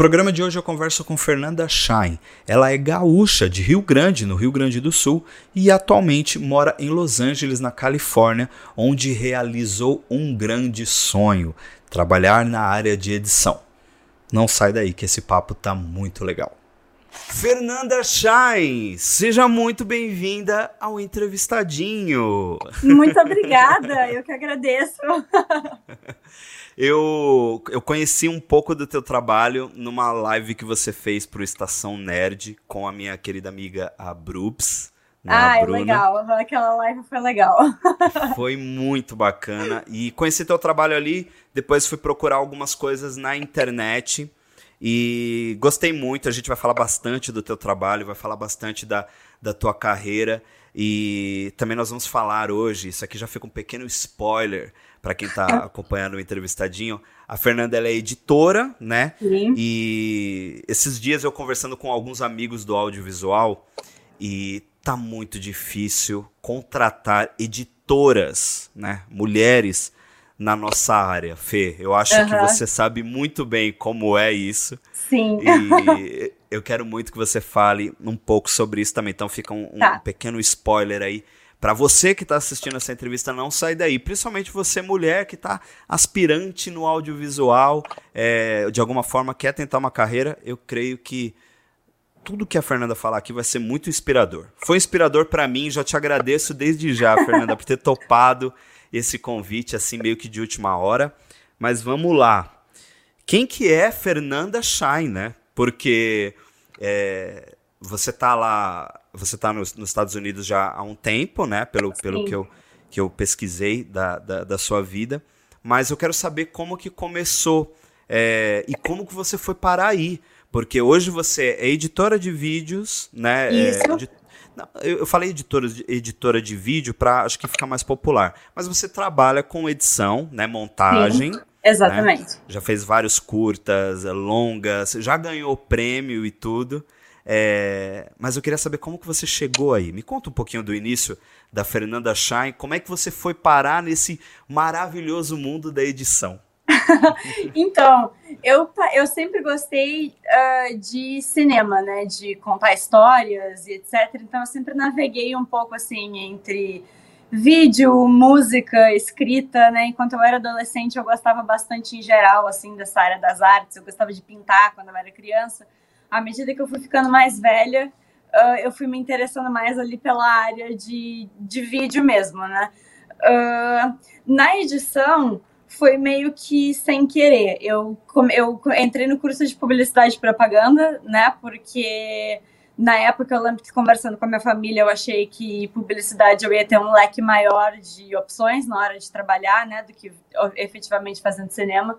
programa de hoje eu converso com Fernanda Shine. Ela é gaúcha de Rio Grande, no Rio Grande do Sul, e atualmente mora em Los Angeles, na Califórnia, onde realizou um grande sonho: trabalhar na área de edição. Não sai daí que esse papo tá muito legal. Fernanda Shine, seja muito bem-vinda ao Entrevistadinho. Muito obrigada, eu que agradeço. Eu conheci um pouco do teu trabalho numa live que você fez pro Estação Nerd com a minha querida amiga, a Broops. Né, a Bruna. Legal, aquela live foi legal. Foi muito bacana. E conheci teu trabalho ali, depois fui procurar algumas coisas na internet e gostei muito. A gente vai falar bastante do teu trabalho, vai falar bastante da tua carreira. E também nós vamos falar hoje, isso aqui já fica um pequeno spoiler para quem está acompanhando o Entrevistadinho. A Fernanda, ela é editora, né? Sim. E esses dias eu conversando com alguns amigos do audiovisual, e tá muito difícil contratar editoras, né? Mulheres na nossa área. Fê, eu acho que você sabe muito bem como é isso. Sim. E eu quero muito que você fale um pouco sobre isso também. Então fica um pequeno spoiler aí. Para você que está assistindo essa entrevista, não sai daí. Principalmente você, mulher, que está aspirante no audiovisual, de alguma forma quer tentar uma carreira. Eu creio que tudo que a Fernanda falar aqui vai ser muito inspirador. Foi inspirador para mim, já te agradeço desde já, Fernanda, por ter topado esse convite, assim, meio que de última hora. Mas vamos lá. Quem que é Fernanda Shine, né? Porque você tá lá, você tá nos Estados Unidos já há um tempo, né? Pelo que eu pesquisei da sua vida. Mas eu quero saber como que começou e como que você foi parar aí. Porque hoje você é editora de vídeos, né? Isso. Eu falei editora de vídeo para acho que ficar mais popular. Mas você trabalha com edição, né? Montagem. Sim, exatamente. Né? Já fez vários curtas, longas, já ganhou prêmio e tudo. Mas eu queria saber como que você chegou aí. Me conta um pouquinho do início da Fernanda Shine. Como é que você foi parar nesse maravilhoso mundo da edição? Então, eu sempre gostei de cinema, né, de contar histórias e etc. Então, eu sempre naveguei um pouco assim entre vídeo, música, escrita, né. Enquanto eu era adolescente, eu gostava bastante em geral assim dessa área das artes. Eu gostava de pintar quando eu era criança. À medida que eu fui ficando mais velha, eu fui me interessando mais ali pela área de vídeo mesmo, né. Na edição foi meio que sem querer. Eu entrei no curso de publicidade e propaganda, né? Porque na época eu lembro que, conversando com a minha família, eu achei que publicidade eu ia ter um leque maior de opções na hora de trabalhar, né? Do que efetivamente fazendo cinema.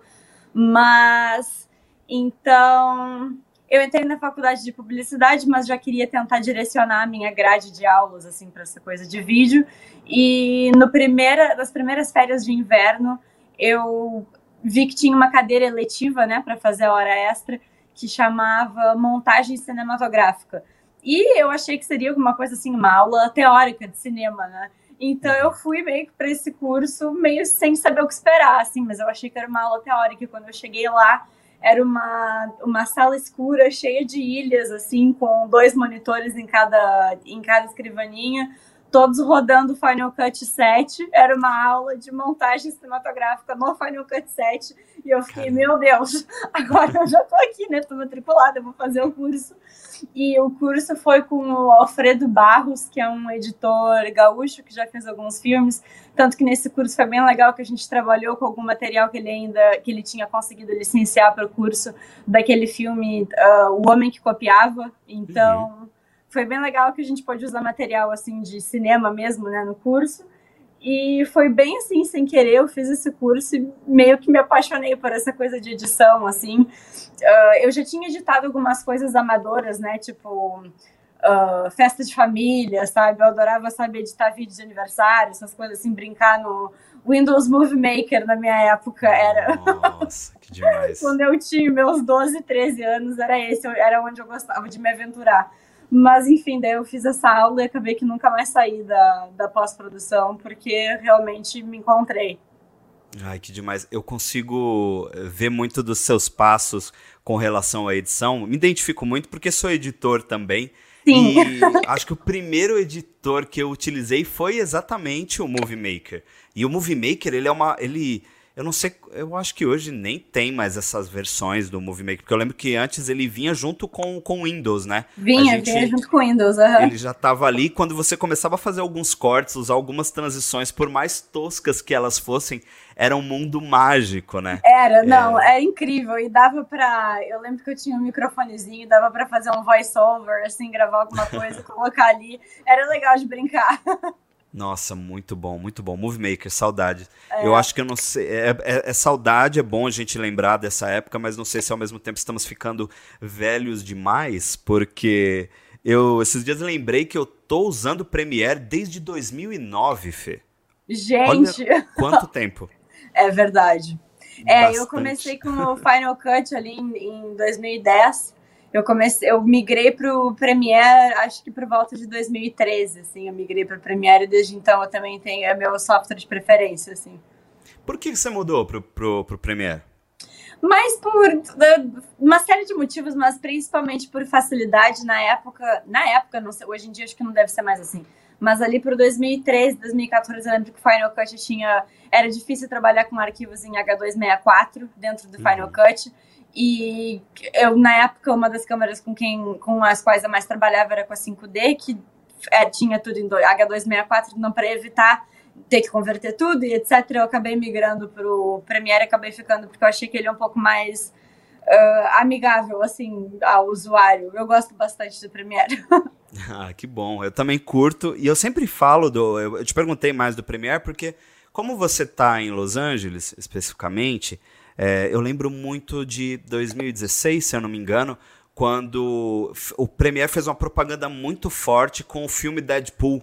Mas então eu entrei na faculdade de publicidade, mas já queria tentar direcionar a minha grade de aulas assim para essa coisa de vídeo. E nas primeiras férias de inverno eu vi que tinha uma cadeira eletiva, né, para fazer a hora extra, que chamava montagem cinematográfica. E eu achei que seria alguma coisa assim, uma aula teórica de cinema, né? Então eu fui meio que para esse curso, meio sem saber o que esperar, assim, mas eu achei que era uma aula teórica. E quando eu cheguei lá, era uma sala escura, cheia de ilhas, assim, com 2 monitores em cada escrivaninha, todos rodando Final Cut 7, era uma aula de montagem cinematográfica no Final Cut 7, e eu fiquei, meu Deus, agora eu já tô aqui, né, tô matriculada, vou fazer o curso. E o curso foi com o Alfredo Barros, que é um editor gaúcho, que já fez alguns filmes, tanto que nesse curso foi bem legal, que a gente trabalhou com algum material que ele tinha conseguido licenciar para o curso, daquele filme O Homem que Copiava, então... Foi bem legal que a gente pôde usar material assim de cinema mesmo, né, no curso. E foi bem assim, sem querer, eu fiz esse curso e meio que me apaixonei por essa coisa de edição, assim. Eu já tinha editado algumas coisas amadoras, né, tipo festa de família, sabe? Eu adorava, sabe, editar vídeos de aniversário, essas coisas assim, brincar no Windows Movie Maker na minha época. Era... Nossa, que demais. Quando eu tinha meus 12, 13 anos, era onde eu gostava de me aventurar. Mas, enfim, daí eu fiz essa aula e acabei que nunca mais saí da pós-produção, porque realmente me encontrei. Ai, que demais. Eu consigo ver muito dos seus passos com relação à edição. Me identifico muito porque sou editor também. Sim. E acho que o primeiro editor que eu utilizei foi exatamente o Movie Maker. E o Movie Maker, eu não sei, eu acho que hoje nem tem mais essas versões do Movie Maker, porque eu lembro que antes ele vinha junto com o Windows, né? Vinha junto com o Windows, Ele já estava ali, quando você começava a fazer alguns cortes, usar algumas transições, por mais toscas que elas fossem, era um mundo mágico, né? Não, é incrível, e dava pra, eu lembro que eu tinha um microfonezinho, dava pra fazer um voice-over, assim, gravar alguma coisa, colocar ali, era legal de brincar. Nossa, muito bom, muito bom. Movie Maker, saudade. Eu acho que eu não sei. É saudade, é bom a gente lembrar dessa época, mas não sei se ao mesmo tempo estamos ficando velhos demais, porque eu esses dias lembrei que eu tô usando o Premiere desde 2009, Fê. Gente! Olha quanto tempo. É verdade. Bastante. Eu comecei com o Final Cut ali em 2010. Eu migrei pro Premiere, acho que por volta de 2013, assim, eu migrei pro Premiere e desde então eu também tenho, é meu software de preferência, assim. Por que você mudou pro Premiere? Mas por uma série de motivos, mas principalmente por facilidade na época, não sei, hoje em dia acho que não deve ser mais assim, mas ali por 2013, 2014, eu lembro que o Final Cut era difícil trabalhar com arquivos em H264 dentro do Final Cut. E eu, na época, uma das câmeras com as quais eu mais trabalhava era com a 5D, que tinha tudo em H264, não, para evitar ter que converter tudo e etc. Eu acabei migrando pro Premiere, acabei ficando porque eu achei que ele é um pouco mais amigável, assim, ao usuário. Eu gosto bastante do Premiere. Ah, que bom. Eu também curto. E eu sempre falo eu te perguntei mais do Premiere porque, como você tá em Los Angeles, especificamente, eu lembro muito de 2016, se eu não me engano, quando o Premiere fez uma propaganda muito forte com o filme Deadpool.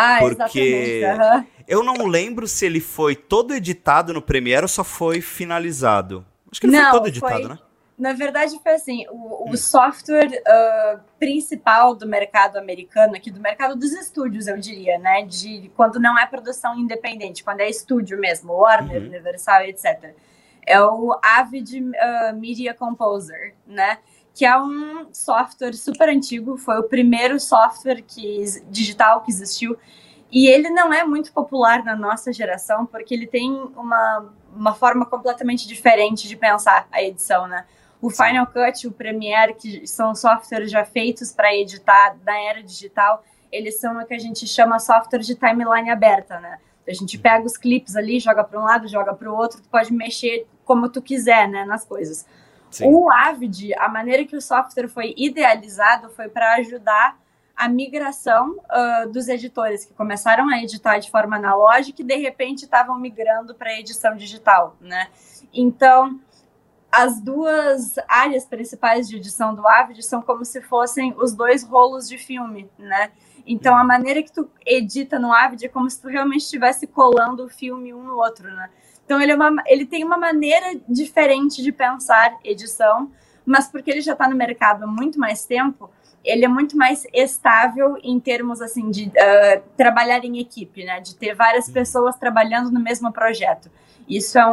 Porque eu não lembro se ele foi todo editado no Premiere ou só foi finalizado. Acho que ele foi todo editado, né? Na verdade, foi assim, o software principal do mercado americano, aqui do mercado dos estúdios, eu diria, né? De quando não é produção independente, quando é estúdio mesmo, Warner, Universal, etc. É o Avid Media Composer, né? Que é um software super antigo, foi o primeiro software digital que existiu. E ele não é muito popular na nossa geração, porque ele tem uma forma completamente diferente de pensar a edição, né? O Final Cut, o Premiere, que são softwares já feitos para editar na era digital, eles são o que a gente chama software de timeline aberta, né? A gente pega os clipes ali, joga para um lado, joga para o outro, tu pode mexer como tu quiser, né, nas coisas. Sim. O Avid, a maneira que o software foi idealizado foi para ajudar a migração dos editores que começaram a editar de forma analógica e de repente estavam migrando para a edição digital, né? Então, as duas áreas principais de edição do Avid são como se fossem os dois rolos de filme, né? Então, a maneira que tu edita no Avid é como se tu realmente estivesse colando o filme um no outro, né? Então, ele tem uma maneira diferente de pensar edição, mas porque ele já está no mercado há muito mais tempo, ele é muito mais estável em termos, assim, de trabalhar em equipe, né? De ter várias pessoas trabalhando no mesmo projeto. Isso é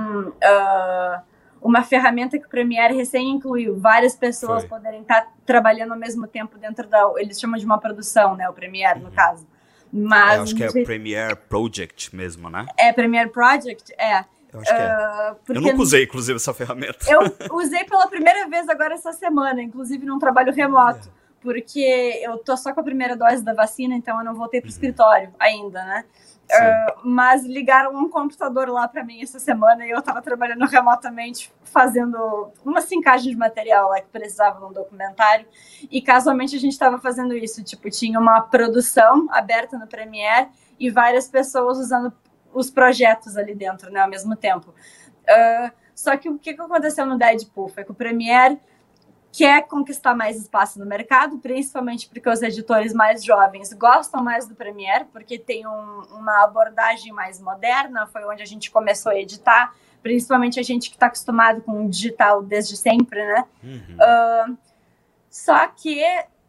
uma ferramenta que o Premiere recém incluiu. Várias pessoas poderem estar trabalhando ao mesmo tempo dentro eles chamam de uma produção, né? O Premiere, no caso. Mas, eu acho que é o Premiere Project mesmo, né? Premiere Project, Eu acho que eu nunca usei, inclusive, essa ferramenta. Eu usei pela primeira vez agora essa semana, inclusive num trabalho remoto, porque eu tô só com a primeira dose da vacina, então eu não voltei pro escritório ainda, né? Mas ligaram um computador lá para mim essa semana e eu estava trabalhando remotamente, fazendo uma sincagem de material lá que precisava num documentário, e casualmente a gente estava fazendo isso, tipo, tinha uma produção aberta no Premiere e várias pessoas usando os projetos ali dentro, né, ao mesmo tempo. Só que o que aconteceu no Deadpool foi que o Premiere quer conquistar mais espaço no mercado, principalmente porque os editores mais jovens gostam mais do Premiere, porque tem uma abordagem mais moderna, foi onde a gente começou a editar, principalmente a gente que está acostumado com o digital desde sempre, né? Só que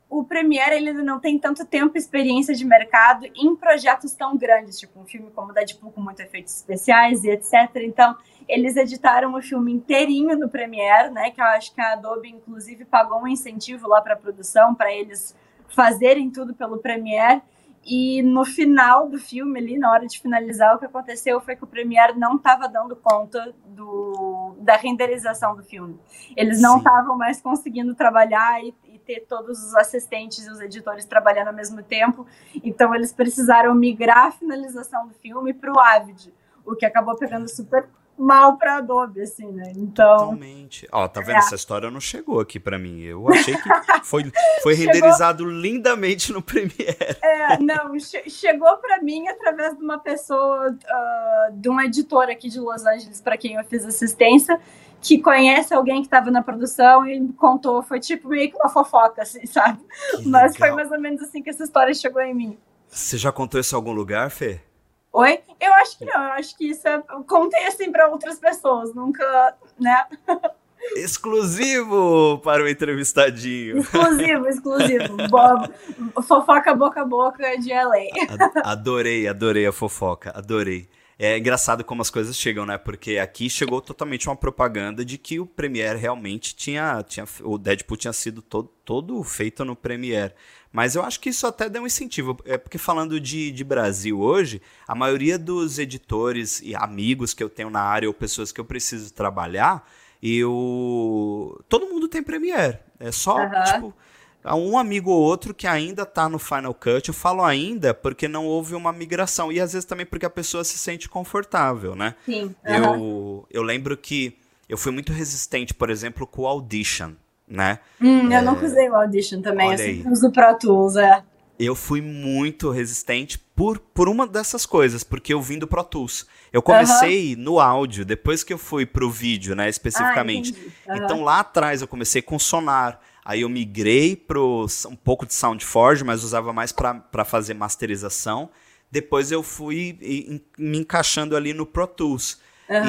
o Premiere ele não tem tanto tempo e experiência de mercado em projetos tão grandes, tipo um filme como Deadpool com muitos efeitos especiais e etc. Então, eles editaram o filme inteirinho no Premiere, né? Que eu acho que a Adobe, inclusive, pagou um incentivo lá para a produção, para eles fazerem tudo pelo Premiere. E no final do filme, ali, na hora de finalizar, o que aconteceu foi que o Premiere não estava dando conta da renderização do filme. Eles não estavam mais conseguindo trabalhar e ter todos os assistentes e os editores trabalhando ao mesmo tempo. Então, eles precisaram migrar a finalização do filme para o Avid, o que acabou pegando super mal pra Adobe, assim, né? Então... Totalmente. Ó, tá vendo? Essa história não chegou aqui pra mim. Eu achei que foi renderizado lindamente no Premiere. Não, chegou pra mim através de uma pessoa, de um editor aqui de Los Angeles, pra quem eu fiz assistência, que conhece alguém que estava na produção e me contou, foi tipo meio que uma fofoca, assim, sabe? Mas foi mais ou menos assim que essa história chegou em mim. Você já contou isso em algum lugar, Fê? Oi? Eu acho que não, eu acho que isso contei assim para outras pessoas, nunca, né? Exclusivo para o entrevistadinho. Exclusivo. Fofoca boca a boca de LA. Adorei a fofoca, adorei. É engraçado como as coisas chegam, né? Porque aqui chegou totalmente uma propaganda de que o Premiere realmente o Deadpool tinha sido todo feito no Premiere. Mas eu acho que isso até deu um incentivo. É porque falando de Brasil hoje, a maioria dos editores e amigos que eu tenho na área ou pessoas que eu preciso trabalhar, todo mundo tem Premiere. É só, tipo, um amigo ou outro que ainda tá no Final Cut. Eu falo ainda porque não houve uma migração. E às vezes também porque a pessoa se sente confortável, né? Sim. Eu lembro que eu fui muito resistente, por exemplo, com o Audition, né? Eu não usei o Audition também, eu sempre uso o Pro Tools, Eu fui muito resistente por uma dessas coisas, porque eu vim do Pro Tools. Eu comecei no áudio, depois que eu fui pro vídeo, né, especificamente. Então lá atrás eu comecei com Sonar, aí eu migrei pro um pouco de SoundForge, mas usava mais para fazer masterização. Depois eu fui me encaixando ali no Pro Tools.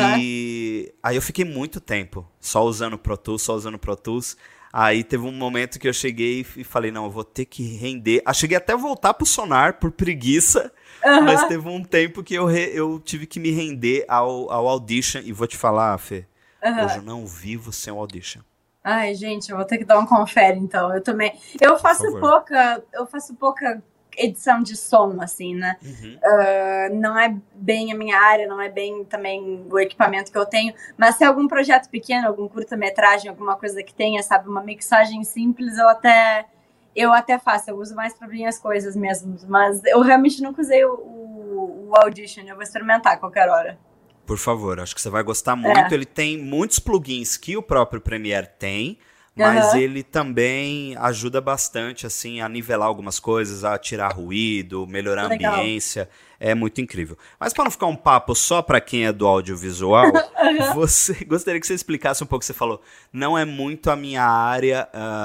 E aí eu fiquei muito tempo só usando Pro Tools. Aí teve um momento que eu cheguei e falei, não, eu vou ter que render. Cheguei até a voltar pro Sonar por preguiça, mas teve um tempo que eu tive que me render ao Audition. E vou te falar, Fê, hoje eu não vivo sem o Audition. Ai, gente, eu vou ter que dar um confere, então. Eu também. Eu faço pouca edição de som, assim, né? Não é bem a minha área, não é bem também o equipamento que eu tenho, mas se é algum projeto pequeno, algum curta-metragem, alguma coisa que tenha, sabe, uma mixagem simples, eu até faço, eu uso mais para minhas coisas mesmo, mas eu realmente nunca usei o Audition, eu vou experimentar a qualquer hora. Por favor, acho que você vai gostar muito. Ele tem muitos plugins que o próprio Premiere tem, mas ele também ajuda bastante assim, a nivelar algumas coisas, a tirar ruído, melhorar a ambiência. É muito incrível. Mas para não ficar um papo só para quem é do audiovisual, gostaria que você explicasse um pouco. Você falou, não é muito a minha área,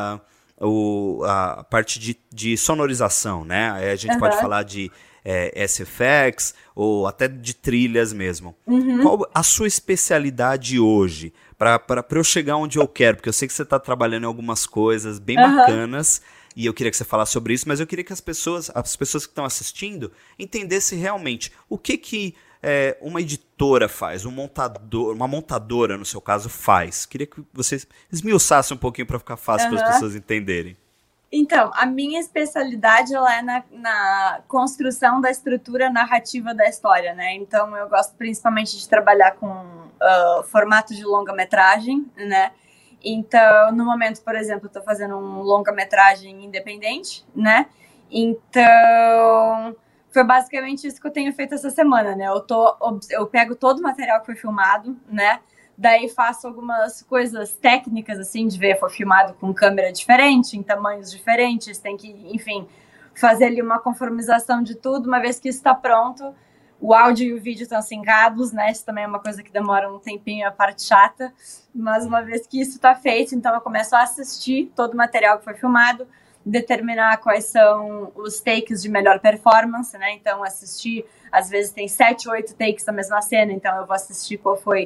a parte de sonorização, né? Aí a gente pode falar de SFX ou até de trilhas mesmo. Qual a sua especialidade hoje? Para eu chegar onde eu quero, porque eu sei que você está trabalhando em algumas coisas bem bacanas, e eu queria que você falasse sobre isso, mas eu queria que as pessoas que estão assistindo entendessem realmente o que uma editora faz, uma montadora, no seu caso, faz. Queria que você esmiuçasse um pouquinho para ficar fácil para as pessoas entenderem. Então, a minha especialidade ela é na construção da estrutura narrativa da história, né? Então, eu gosto principalmente de trabalhar com formato de longa-metragem, né? Então, no momento, por exemplo, eu estou fazendo um longa-metragem independente, né? Então, foi basicamente isso que eu tenho feito essa semana, né? Eu pego todo o material que foi filmado, né? Daí faço algumas coisas técnicas, assim, de ver, foi filmado com câmera diferente, em tamanhos diferentes, tem que, enfim, fazer ali uma conformização de tudo. Uma vez que isso está pronto, o áudio e o vídeo estão sincados, né? Isso também é uma coisa que demora um tempinho, a parte chata. Mas uma vez que isso está feito, então eu começo a assistir todo o material que foi filmado, determinar quais são os takes de melhor performance, né? Então assistir, às vezes tem 7, 8 takes da mesma cena, então eu vou assistir qual foi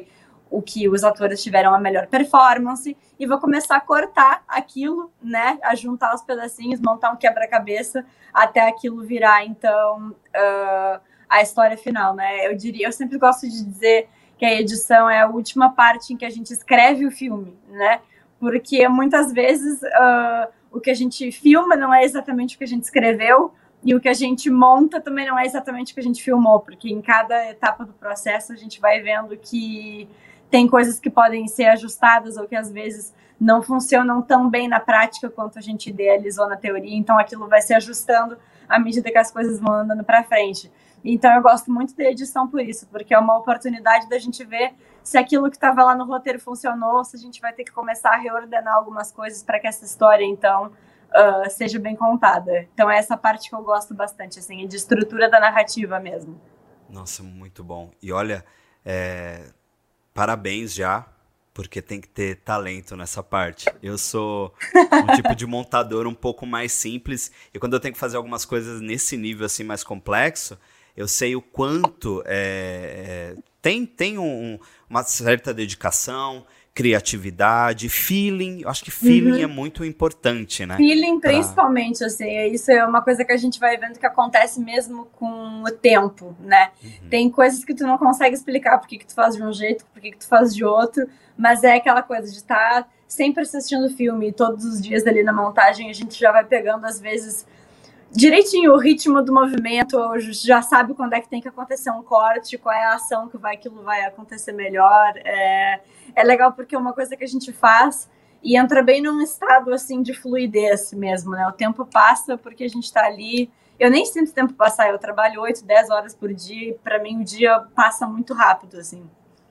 o que os atores tiveram a melhor performance, e vou começar a cortar aquilo, né, a juntar os pedacinhos, montar um quebra-cabeça até aquilo virar, então, a história final, né? Eu sempre gosto de dizer que a edição é a última parte em que a gente escreve o filme, né? Porque muitas vezes o que a gente filma não é exatamente o que a gente escreveu, e o que a gente monta também não é exatamente o que a gente filmou, porque em cada etapa do processo a gente vai vendo que tem coisas que podem ser ajustadas ou que às vezes não funcionam tão bem na prática quanto a gente idealizou na teoria, então aquilo vai se ajustando à medida que as coisas vão andando para frente. Então eu gosto muito da edição por isso, porque é uma oportunidade da gente ver se aquilo que estava lá no roteiro funcionou, se a gente vai ter que começar a reordenar algumas coisas para que essa história, então, seja bem contada. Então é essa parte que eu gosto bastante, assim, de estrutura da narrativa mesmo. Nossa, muito bom. E olha, parabéns já, porque tem que ter talento nessa parte. Eu sou um tipo de montador um pouco mais simples, e quando eu tenho que fazer algumas coisas nesse nível assim mais complexo, eu sei o quanto tem uma certa dedicação, criatividade, feeling. Eu acho que feeling é muito importante, né? Feeling, principalmente, assim, isso é uma coisa que a gente vai vendo que acontece mesmo com o tempo, né? Tem coisas que tu não consegue explicar por que tu faz de um jeito, por que tu faz de outro, mas é aquela coisa de estar sempre assistindo o filme, e todos os dias ali na montagem a gente já vai pegando, às vezes, direitinho o ritmo do movimento, já sabe quando é que tem que acontecer um corte, qual é a ação que aquilo vai acontecer melhor. É legal porque é uma coisa que a gente faz e entra bem num estado assim de fluidez mesmo, né? O tempo passa porque a gente está ali. Eu nem sinto o tempo passar, eu trabalho 8, 10 horas por dia e para mim o dia passa muito rápido, assim.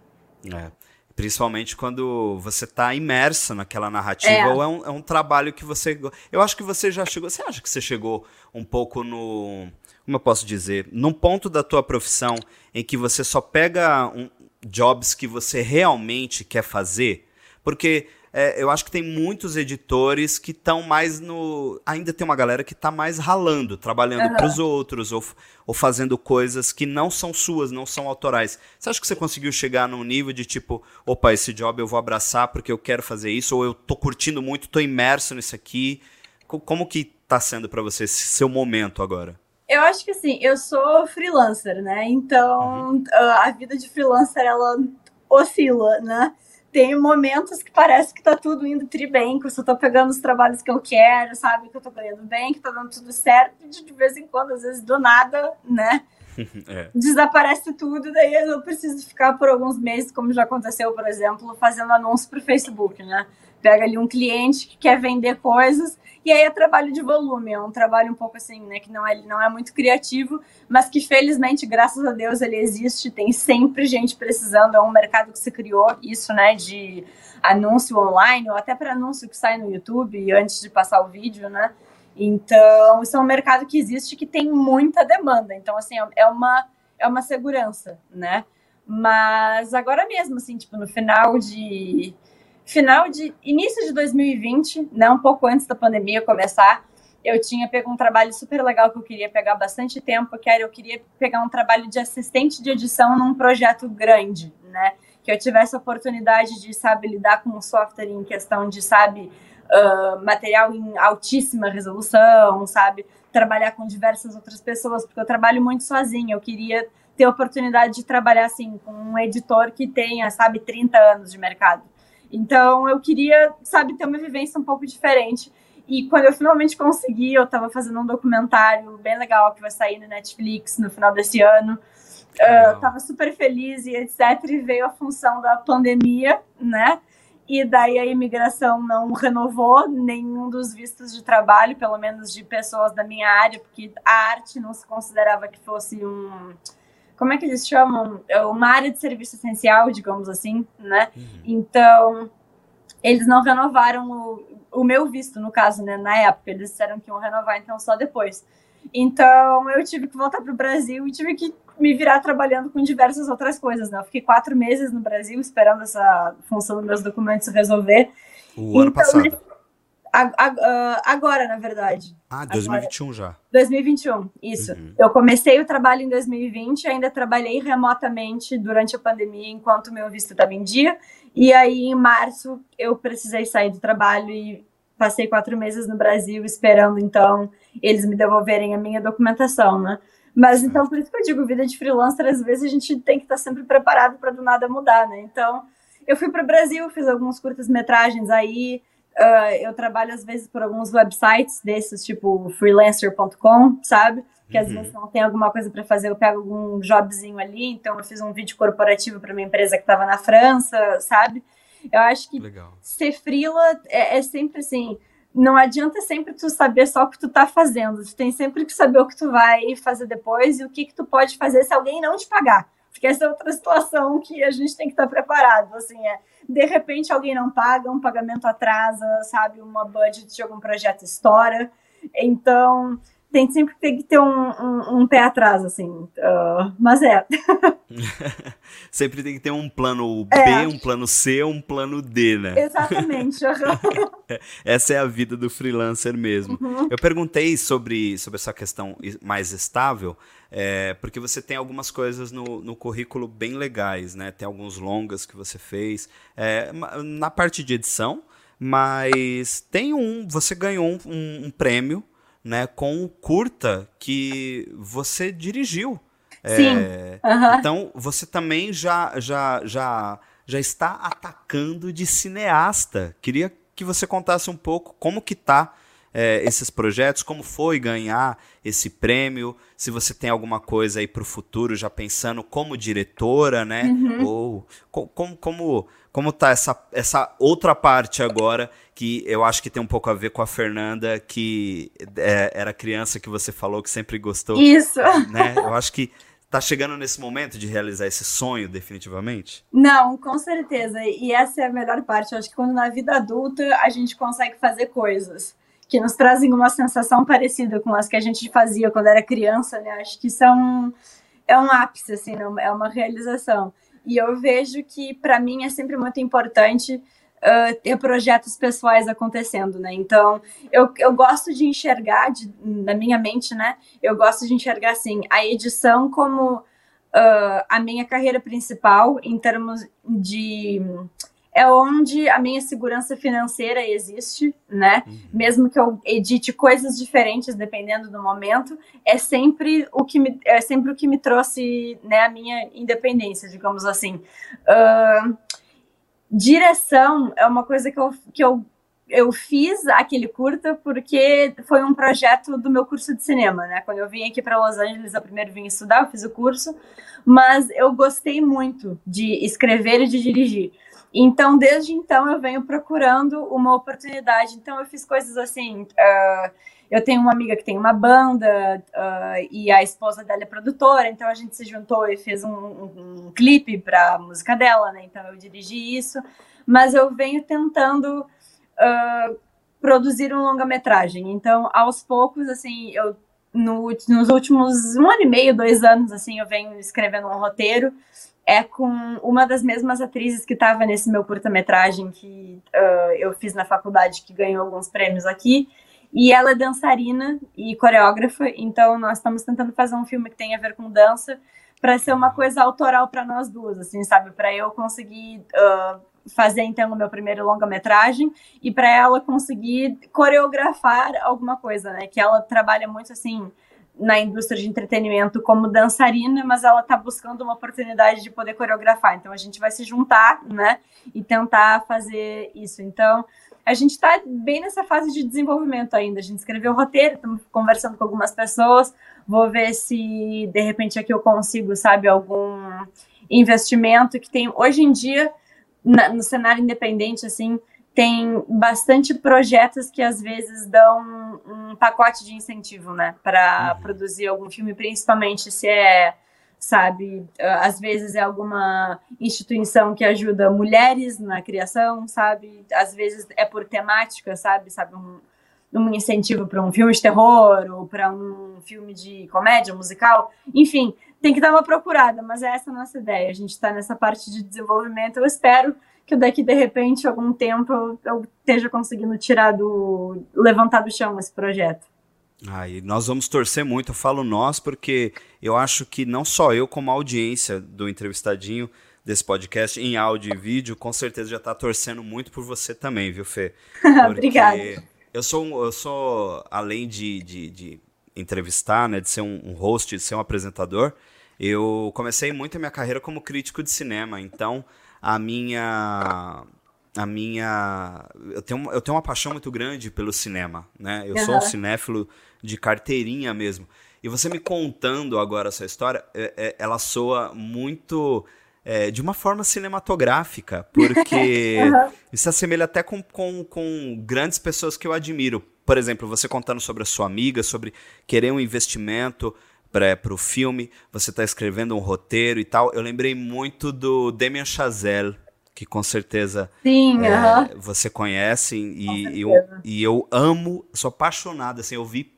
Principalmente quando você está imerso naquela narrativa, ou é um trabalho que você... Eu acho que você já chegou... Você acha que você chegou um pouco no... Como eu posso dizer? Num ponto da tua profissão em que você só pega jobs que você realmente quer fazer? Porque eu acho que tem muitos editores que estão mais no... Ainda tem uma galera que está mais ralando, trabalhando para os outros, ou fazendo coisas que não são suas, não são autorais. Você acha que você conseguiu chegar num nível de tipo, opa, esse job eu vou abraçar porque eu quero fazer isso, ou eu tô curtindo muito, tô imerso nisso aqui? Como que tá sendo para você esse seu momento agora? Eu acho que assim, eu sou freelancer, né? Então, a vida de freelancer, ela oscila, né? Tem momentos que parece que tá tudo indo bem, que eu só tô pegando os trabalhos que eu quero, sabe? Que eu tô ganhando bem, que tá dando tudo certo. E de vez em quando, às vezes, do nada, né? Desaparece tudo, daí eu preciso ficar por alguns meses, como já aconteceu, por exemplo, fazendo anúncio pro Facebook, né? Pega ali um cliente que quer vender coisas, e aí é trabalho de volume, é um trabalho um pouco assim, né, que não é muito criativo, mas que felizmente, graças a Deus, ele existe, tem sempre gente precisando, é um mercado que se criou, isso, né, de anúncio online, ou até para anúncio que sai no YouTube, antes de passar o vídeo, né, então, isso é um mercado que existe, que tem muita demanda, então, assim, é uma segurança, né, mas agora mesmo, assim, tipo, no início de 2020, né, um pouco antes da pandemia começar, eu tinha pego um trabalho super legal que eu queria pegar bastante tempo, eu queria pegar um trabalho de assistente de edição num projeto grande, né, que eu tivesse a oportunidade de, sabe, lidar com um software em questão de, sabe, material em altíssima resolução, sabe, trabalhar com diversas outras pessoas, porque eu trabalho muito sozinha, eu queria ter a oportunidade de trabalhar, assim, com um editor que tenha, sabe, 30 anos de mercado. Então, eu queria, sabe, ter uma vivência um pouco diferente. E quando eu finalmente consegui, eu estava fazendo um documentário bem legal que vai sair no Netflix no final desse ano. Estava super feliz e etc. E veio a função da pandemia, né? E daí a imigração não renovou nenhum dos vistos de trabalho, pelo menos de pessoas da minha área, porque a arte não se considerava que fosse como é que eles chamam? Uma área de serviço essencial, digamos assim, né? Então, eles não renovaram o meu visto, no caso, né? Na época, eles disseram que iam renovar, então só depois. Então, eu tive que voltar para o Brasil e tive que me virar trabalhando com diversas outras coisas, né? Eu fiquei 4 meses no Brasil esperando essa função dos meus documentos se resolver. O ano passado. Agora, na verdade. 2021 já. 2021, isso. Eu comecei o trabalho em 2020, ainda trabalhei remotamente durante a pandemia, enquanto meu visto estava em dia. E aí, em março, eu precisei sair do trabalho e passei 4 meses no Brasil esperando, então, eles me devolverem a minha documentação, né? Mas, então, por isso que eu digo, vida de freelancer, às vezes a gente tem que estar sempre preparado para do nada mudar, né? Então, eu fui para o Brasil, fiz alguns curtas-metragens aí. Eu trabalho, às vezes, por alguns websites desses, tipo freelancer.com, sabe? Que às vezes não tem alguma coisa para fazer, eu pego algum jobzinho ali. Então, eu fiz um vídeo corporativo para uma empresa que estava na França, sabe? Eu acho que ser freela é sempre assim. Não adianta sempre tu saber só o que tu tá fazendo. Tu tem sempre que saber o que tu vai fazer depois e o que tu pode fazer se alguém não te pagar. Porque essa é outra situação que a gente tem que estar preparado. Assim, de repente alguém não paga, um pagamento atrasa, sabe? Uma budget de algum projeto estoura. Então, sempre tem que ter um pé atrás, assim. Mas Sempre tem que ter um plano B, um plano C, um plano D, né? Exatamente. Essa é a vida do freelancer mesmo. Eu perguntei sobre essa questão mais estável, porque você tem algumas coisas no currículo bem legais, né? Tem alguns longas que você fez na parte de edição, mas você ganhou um prêmio, né, com o curta que você dirigiu. Sim. Então, você também já está atacando de cineasta. Queria que você contasse um pouco como que tá esses projetos, como foi ganhar esse prêmio, se você tem alguma coisa aí para o futuro, já pensando como diretora, né? Ou como tá essa outra parte agora, que eu acho que tem um pouco a ver com a Fernanda, que era criança que você falou que sempre gostou. Isso. Né? Eu acho que tá chegando nesse momento de realizar esse sonho, definitivamente? Não, com certeza. E essa é a melhor parte. Eu acho que quando na vida adulta a gente consegue fazer coisas que nos trazem uma sensação parecida com as que a gente fazia quando era criança, né? Acho que isso é um ápice, assim, né? É uma realização. E eu vejo que, para mim, é sempre muito importante ter projetos pessoais acontecendo, né? Então, eu gosto de enxergar, na minha mente, né? Eu gosto de enxergar, assim, a edição como a minha carreira principal, em termos de... É onde a minha segurança financeira existe, né? Mesmo que eu edite coisas diferentes, dependendo do momento, é sempre o que me trouxe, né, a minha independência, digamos assim. Direção é uma coisa que eu fiz aquele curta porque foi um projeto do meu curso de cinema, né? Quando eu vim aqui para Los Angeles, eu primeiro vim estudar, eu fiz o curso, mas eu gostei muito de escrever e de dirigir. Então, desde então, eu venho procurando uma oportunidade. Então, eu fiz coisas assim. Eu tenho uma amiga que tem uma banda e a esposa dela é produtora, então a gente se juntou e fez um clipe para a música dela, né? Então, eu dirigi isso. Mas eu venho tentando produzir um longa-metragem. Então, aos poucos, assim, nos últimos 1 ano e meio, 2 anos, assim, eu venho escrevendo um roteiro. Com uma das mesmas atrizes que estava nesse meu curta-metragem que eu fiz na faculdade, que ganhou alguns prêmios aqui. E ela é dançarina e coreógrafa, então nós estamos tentando fazer um filme que tenha a ver com dança, para ser uma coisa autoral para nós duas, assim, sabe? Para eu conseguir fazer, então, o meu primeiro longa-metragem e para ela conseguir coreografar alguma coisa, né? Que ela trabalha muito, assim, na indústria de entretenimento como dançarina, mas ela está buscando uma oportunidade de poder coreografar. Então, a gente vai se juntar, né? E tentar fazer isso. Então, a gente está bem nessa fase de desenvolvimento ainda. A gente escreveu o roteiro, estamos conversando com algumas pessoas. Vou ver se, de repente, aqui eu consigo, sabe, algum investimento que tem... Hoje em dia, no cenário independente, assim, tem bastante projetos que às vezes dão um pacote de incentivo, né, para produzir algum filme, principalmente se sabe, às vezes é alguma instituição que ajuda mulheres na criação, sabe, às vezes é por temática, sabe, um incentivo para um filme de terror ou para um filme de comédia, musical, enfim, tem que dar uma procurada, mas essa é a nossa ideia. A gente está nessa parte de desenvolvimento. Eu espero que daqui, de repente, algum tempo, eu esteja conseguindo levantar do chão esse projeto. E nós vamos torcer muito, eu falo nós, porque eu acho que não só eu, como a audiência do Entrevistadinho, desse podcast, em áudio e vídeo, com certeza já está torcendo muito por você também, viu, Fê? Obrigada. Eu sou além de entrevistar, né, de ser um host, de ser um apresentador, eu comecei muito a minha carreira como crítico de cinema, então eu tenho uma paixão muito grande pelo cinema, né? Eu sou um cinéfilo de carteirinha mesmo. E você me contando agora essa história, ela soa muito de uma forma cinematográfica, porque isso se assemelha até com grandes pessoas que eu admiro. Por exemplo, você contando sobre a sua amiga, sobre querer um investimento para o filme, você está escrevendo um roteiro e tal. Eu lembrei muito do Damien Chazelle, que com certeza você conhece, e eu amo, sou apaixonado, assim, eu vi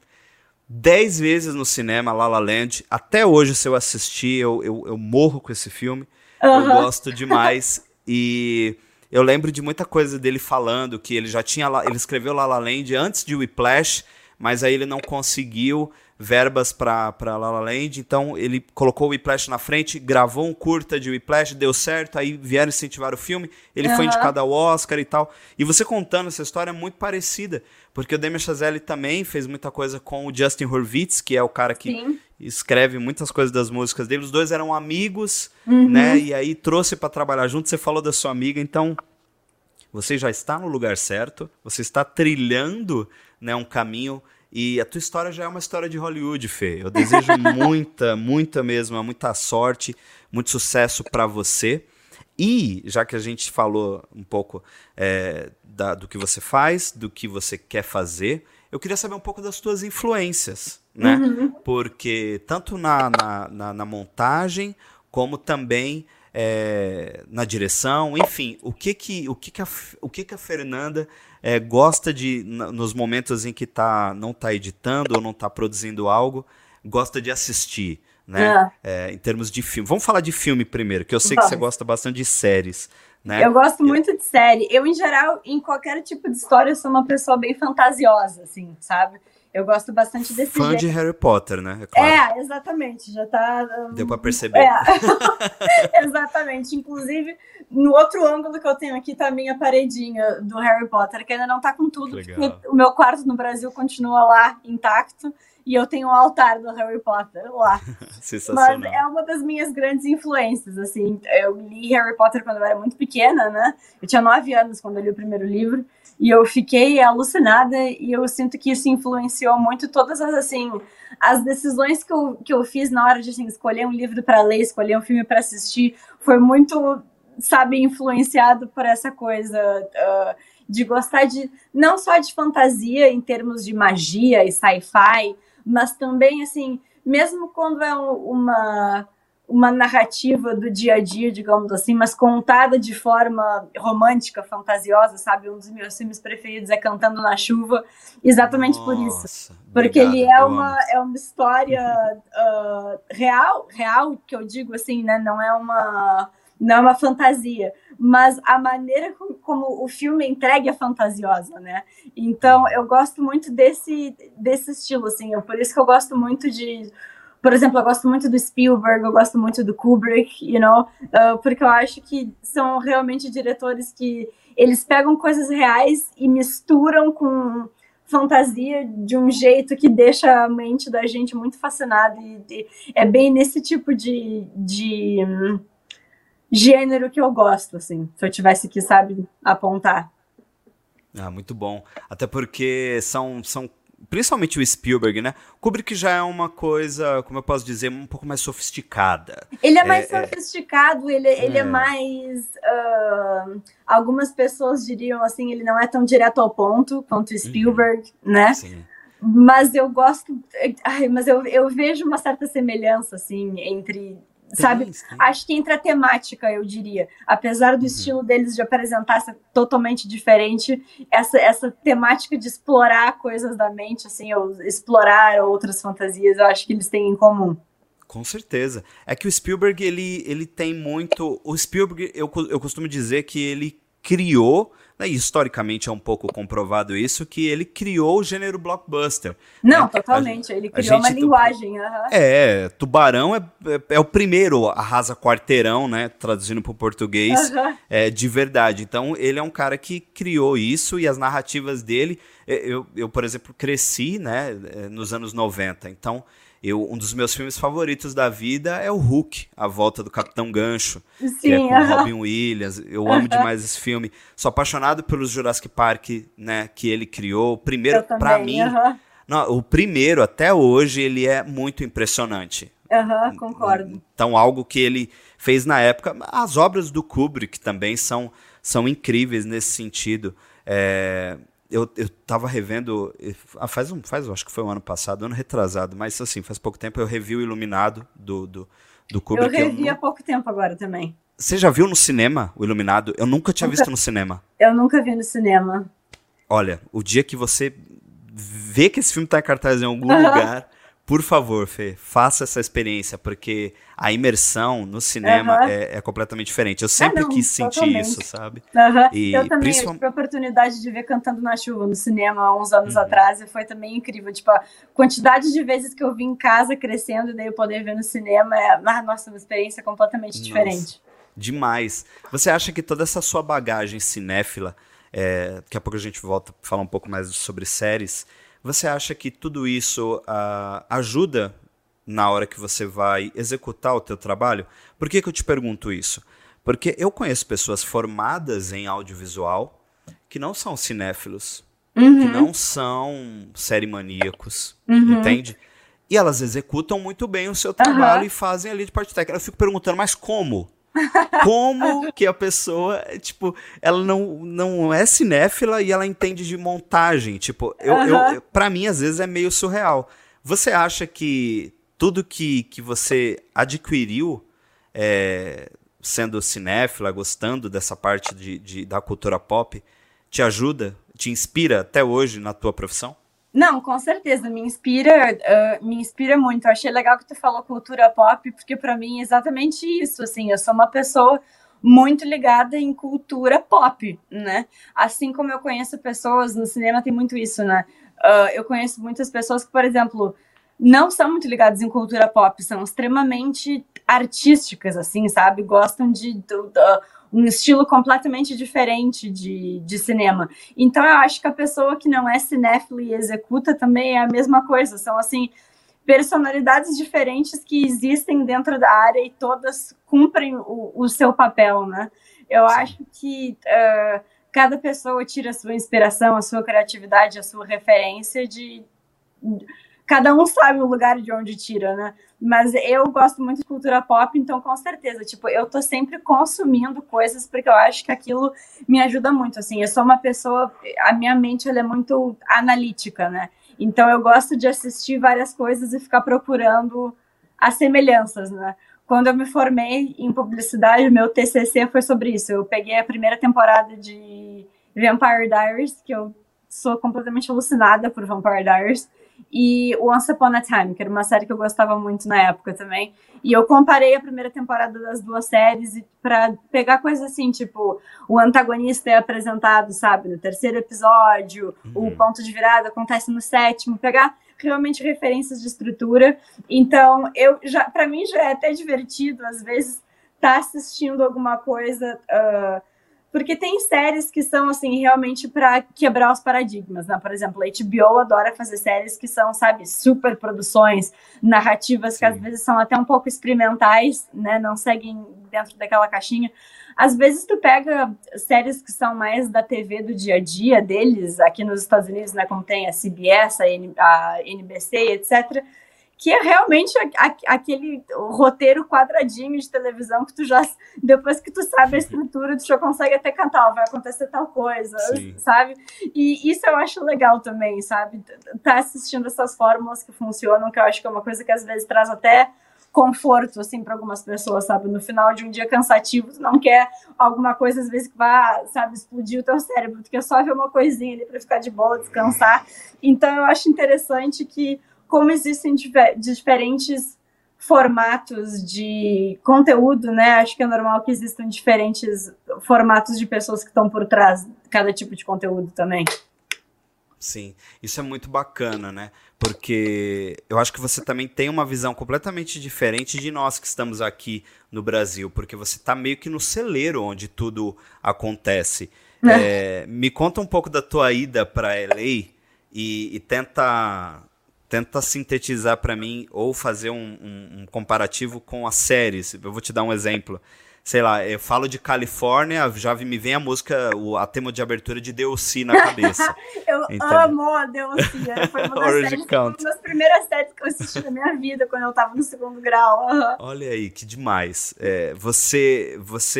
10 vezes no cinema La La Land, até hoje se eu assistir, eu morro com esse filme, eu gosto demais, e eu lembro de muita coisa dele falando, que ele ele escreveu La La Land antes de Whiplash, mas aí ele não conseguiu verbas para La La Land, então ele colocou o Whiplash na frente, gravou um curta de Whiplash, deu certo, aí vieram incentivar o filme, ele foi indicado ao Oscar e tal. E você contando essa história é muito parecida, porque o Damien Chazelle também fez muita coisa com o Justin Hurwitz, que é o cara que escreve muitas coisas das músicas dele. Os dois eram amigos, né? E aí trouxe para trabalhar junto. Você falou da sua amiga, então você já está no lugar certo, você está trilhando, né, um caminho. E a tua história já é uma história de Hollywood, Fê. Eu desejo muita mesmo, muita sorte, muito sucesso para você. E, já que a gente falou um pouco do que você faz, do que você quer fazer, eu queria saber um pouco das tuas influências, né? Porque tanto na montagem, como também na direção, enfim, o que a Fernanda gosta de, nos momentos em que não está editando ou não está produzindo algo, gosta de assistir, né? Em termos de filme. Vamos falar de filme primeiro, que eu sei que você gosta bastante de séries, né? Eu gosto muito de série. Eu, em geral, em qualquer tipo de história, eu sou uma pessoa bem fantasiosa, assim, sabe? Eu gosto bastante desse Fã de Harry Potter, né? É claro. Exatamente. Já tá... Deu pra perceber. Exatamente. Inclusive, no outro ângulo que eu tenho aqui tá a minha paredinha do Harry Potter, que ainda não tá com tudo, porque o meu quarto no Brasil continua lá intacto e eu tenho um altar do Harry Potter lá. Sensacional. Mas é uma das minhas grandes influências, assim. Eu li Harry Potter quando eu era muito pequena, né? Eu tinha 9 anos quando eu li o primeiro livro. E eu fiquei alucinada e eu sinto que isso influenciou muito todas as decisões que eu fiz na hora de escolher um livro para ler, escolher um filme para assistir. Foi muito, sabe, influenciado por essa coisa de gostar não só de fantasia em termos de magia e sci-fi, mas também, assim, mesmo quando é uma narrativa do dia a dia, digamos assim, mas contada de forma romântica, fantasiosa, sabe? Um dos meus filmes preferidos é Cantando na Chuva, exatamente por isso. Porque ele é uma história real, que eu digo assim, né? Não é uma fantasia, mas a maneira como o filme entregue é fantasiosa, né? Então, eu gosto muito desse estilo, assim, por isso que eu gosto muito por exemplo, eu gosto muito do Spielberg, eu gosto muito do Kubrick, porque eu acho que são realmente diretores que eles pegam coisas reais e misturam com fantasia de um jeito que deixa a mente da gente muito fascinada, e é bem nesse tipo de gênero que eu gosto, assim, se eu tivesse que, sabe, apontar. Muito bom. Até porque são principalmente o Spielberg, né? Kubrick já é uma coisa, como eu posso dizer, um pouco mais sofisticada. Ele é mais sofisticado, ele é mais... algumas pessoas diriam assim, ele não é tão direto ao ponto quanto o Spielberg, né? Sim. Mas eu gosto... mas eu vejo uma certa semelhança, assim, entre sabe? Acho que entre a temática, eu diria. Apesar do estilo deles de apresentar ser totalmente diferente, essa temática de explorar coisas da mente, assim, ou explorar outras fantasias, eu acho que eles têm em comum. Com certeza. É que o Spielberg, ele tem muito... O Spielberg, eu costumo dizer que ele criou, né, e historicamente é um pouco comprovado isso, que ele criou o gênero blockbuster. Não, né? Totalmente. Ele criou uma linguagem. Tubarão é o primeiro arrasa quarteirão, né, traduzindo para o português, de verdade. Então, ele é um cara que criou isso e as narrativas dele... Eu por exemplo, cresci, né, nos anos 90, então... um dos meus filmes favoritos da vida é o Hulk, A Volta do Capitão Gancho, que é com Robin Williams. Eu amo demais esse filme. Sou apaixonado pelos Jurassic Park, né, que ele criou. O primeiro, pra mim, o primeiro até hoje, ele é muito impressionante. Concordo. Então, algo que ele fez na época. As obras do Kubrick também são incríveis nesse sentido. Eu tava revendo, acho que foi o ano passado, ano retrasado, mas assim, faz pouco tempo eu revi o Iluminado do Kubrick. Eu revi há pouco tempo agora também. Você já viu no cinema o Iluminado? Eu nunca tinha visto no cinema. Eu nunca vi no cinema. Olha, o dia que você vê que esse filme tá em cartaz em algum lugar, por favor, Fê, faça essa experiência, porque a imersão no cinema é completamente diferente. Eu sempre quis sentir isso, sabe? E eu também tive a oportunidade de ver Cantando na Chuva no cinema há uns anos atrás e foi também incrível. Tipo, a quantidade de vezes que eu vi em casa crescendo e daí eu poder ver no cinema nossa, uma experiência completamente diferente. Demais. Você acha que toda essa sua bagagem cinéfila, daqui a pouco a gente volta a falar um pouco mais sobre séries, você acha que tudo isso ajuda na hora que você vai executar o teu trabalho? Por que eu te pergunto isso? Porque eu conheço pessoas formadas em audiovisual que não são cinéfilos, que não são seriemaníacos, entende? E elas executam muito bem o seu trabalho e fazem ali de parte técnica. Eu fico perguntando, mas como? Como que a pessoa, tipo, ela não é cinéfila e ela entende de montagem? Tipo, pra mim, às vezes, é meio surreal. Você acha que tudo que você adquiriu sendo cinéfila, gostando dessa parte da cultura pop, te ajuda, te inspira até hoje na tua profissão? Não, com certeza, me inspira muito. Eu achei legal que tu falou cultura pop, porque para mim é exatamente isso, assim, eu sou uma pessoa muito ligada em cultura pop, né? Assim como eu conheço pessoas, no cinema tem muito isso, né? Eu conheço muitas pessoas que, por exemplo, não são muito ligadas em cultura pop, são extremamente artísticas, assim, sabe? Gostam de um estilo completamente diferente de cinema. Então, eu acho que a pessoa que não é cinéfila e executa também é a mesma coisa. São, assim, personalidades diferentes que existem dentro da área e todas cumprem o seu papel, né? Eu acho que cada pessoa tira a sua inspiração, a sua criatividade, a sua referência cada um sabe o lugar de onde tira, né? Mas eu gosto muito de cultura pop, então com certeza, tipo, eu tô sempre consumindo coisas porque eu acho que aquilo me ajuda muito, assim. Eu sou uma pessoa, a minha mente, ela é muito analítica, né? Então eu gosto de assistir várias coisas e ficar procurando as semelhanças, né? Quando eu me formei em publicidade, meu TCC foi sobre isso. Eu peguei a primeira temporada de Vampire Diaries, que eu sou completamente alucinada por Vampire Diaries, e Once Upon a Time, que era uma série que eu gostava muito na época também. E eu comparei a primeira temporada das duas séries para pegar coisas assim, tipo, o antagonista é apresentado, sabe, no terceiro episódio, o ponto de virada acontece no sétimo, pegar realmente referências de estrutura. Então, para mim já é até divertido, às vezes, estar assistindo alguma coisa... porque tem séries que são, assim, realmente para quebrar os paradigmas, né? Por exemplo, a HBO adora fazer séries que são, sabe, super produções, narrativas que às vezes são até um pouco experimentais, né? Não seguem dentro daquela caixinha. Às vezes tu pega séries que são mais da TV do dia a dia deles, aqui nos Estados Unidos, né? Como tem a CBS, a NBC, etc., que é realmente aquele roteiro quadradinho de televisão que tu já, depois que tu sabe a estrutura, tu já consegue até cantar, vai acontecer tal coisa, sabe? E isso eu acho legal também, sabe? Tá assistindo essas fórmulas que funcionam, que eu acho que é uma coisa que às vezes traz até conforto, assim, para algumas pessoas, sabe? No final de um dia cansativo, tu não quer alguma coisa, às vezes, que vá, sabe, explodir o teu cérebro, tu quer só ver uma coisinha ali para ficar de boa, descansar. Então, eu acho interessante que, como existem diferentes formatos de conteúdo, né? Acho que é normal que existam diferentes formatos de pessoas que estão por trás de cada tipo de conteúdo também. Sim, isso é muito bacana, né? Porque eu acho que você também tem uma visão completamente diferente de nós que estamos aqui no Brasil, porque você está meio que no celeiro onde tudo acontece. Me conta um pouco da tua ida para LA e tenta sintetizar para mim ou fazer um comparativo com as séries. Eu vou te dar um exemplo. Sei lá, eu falo de Califórnia, já me vem a música, a tema de abertura de DLC na cabeça. Eu amo a DLC. Foi uma das primeiras séries que eu assisti na minha vida, quando eu tava no 2º grau. Olha aí, que demais. Você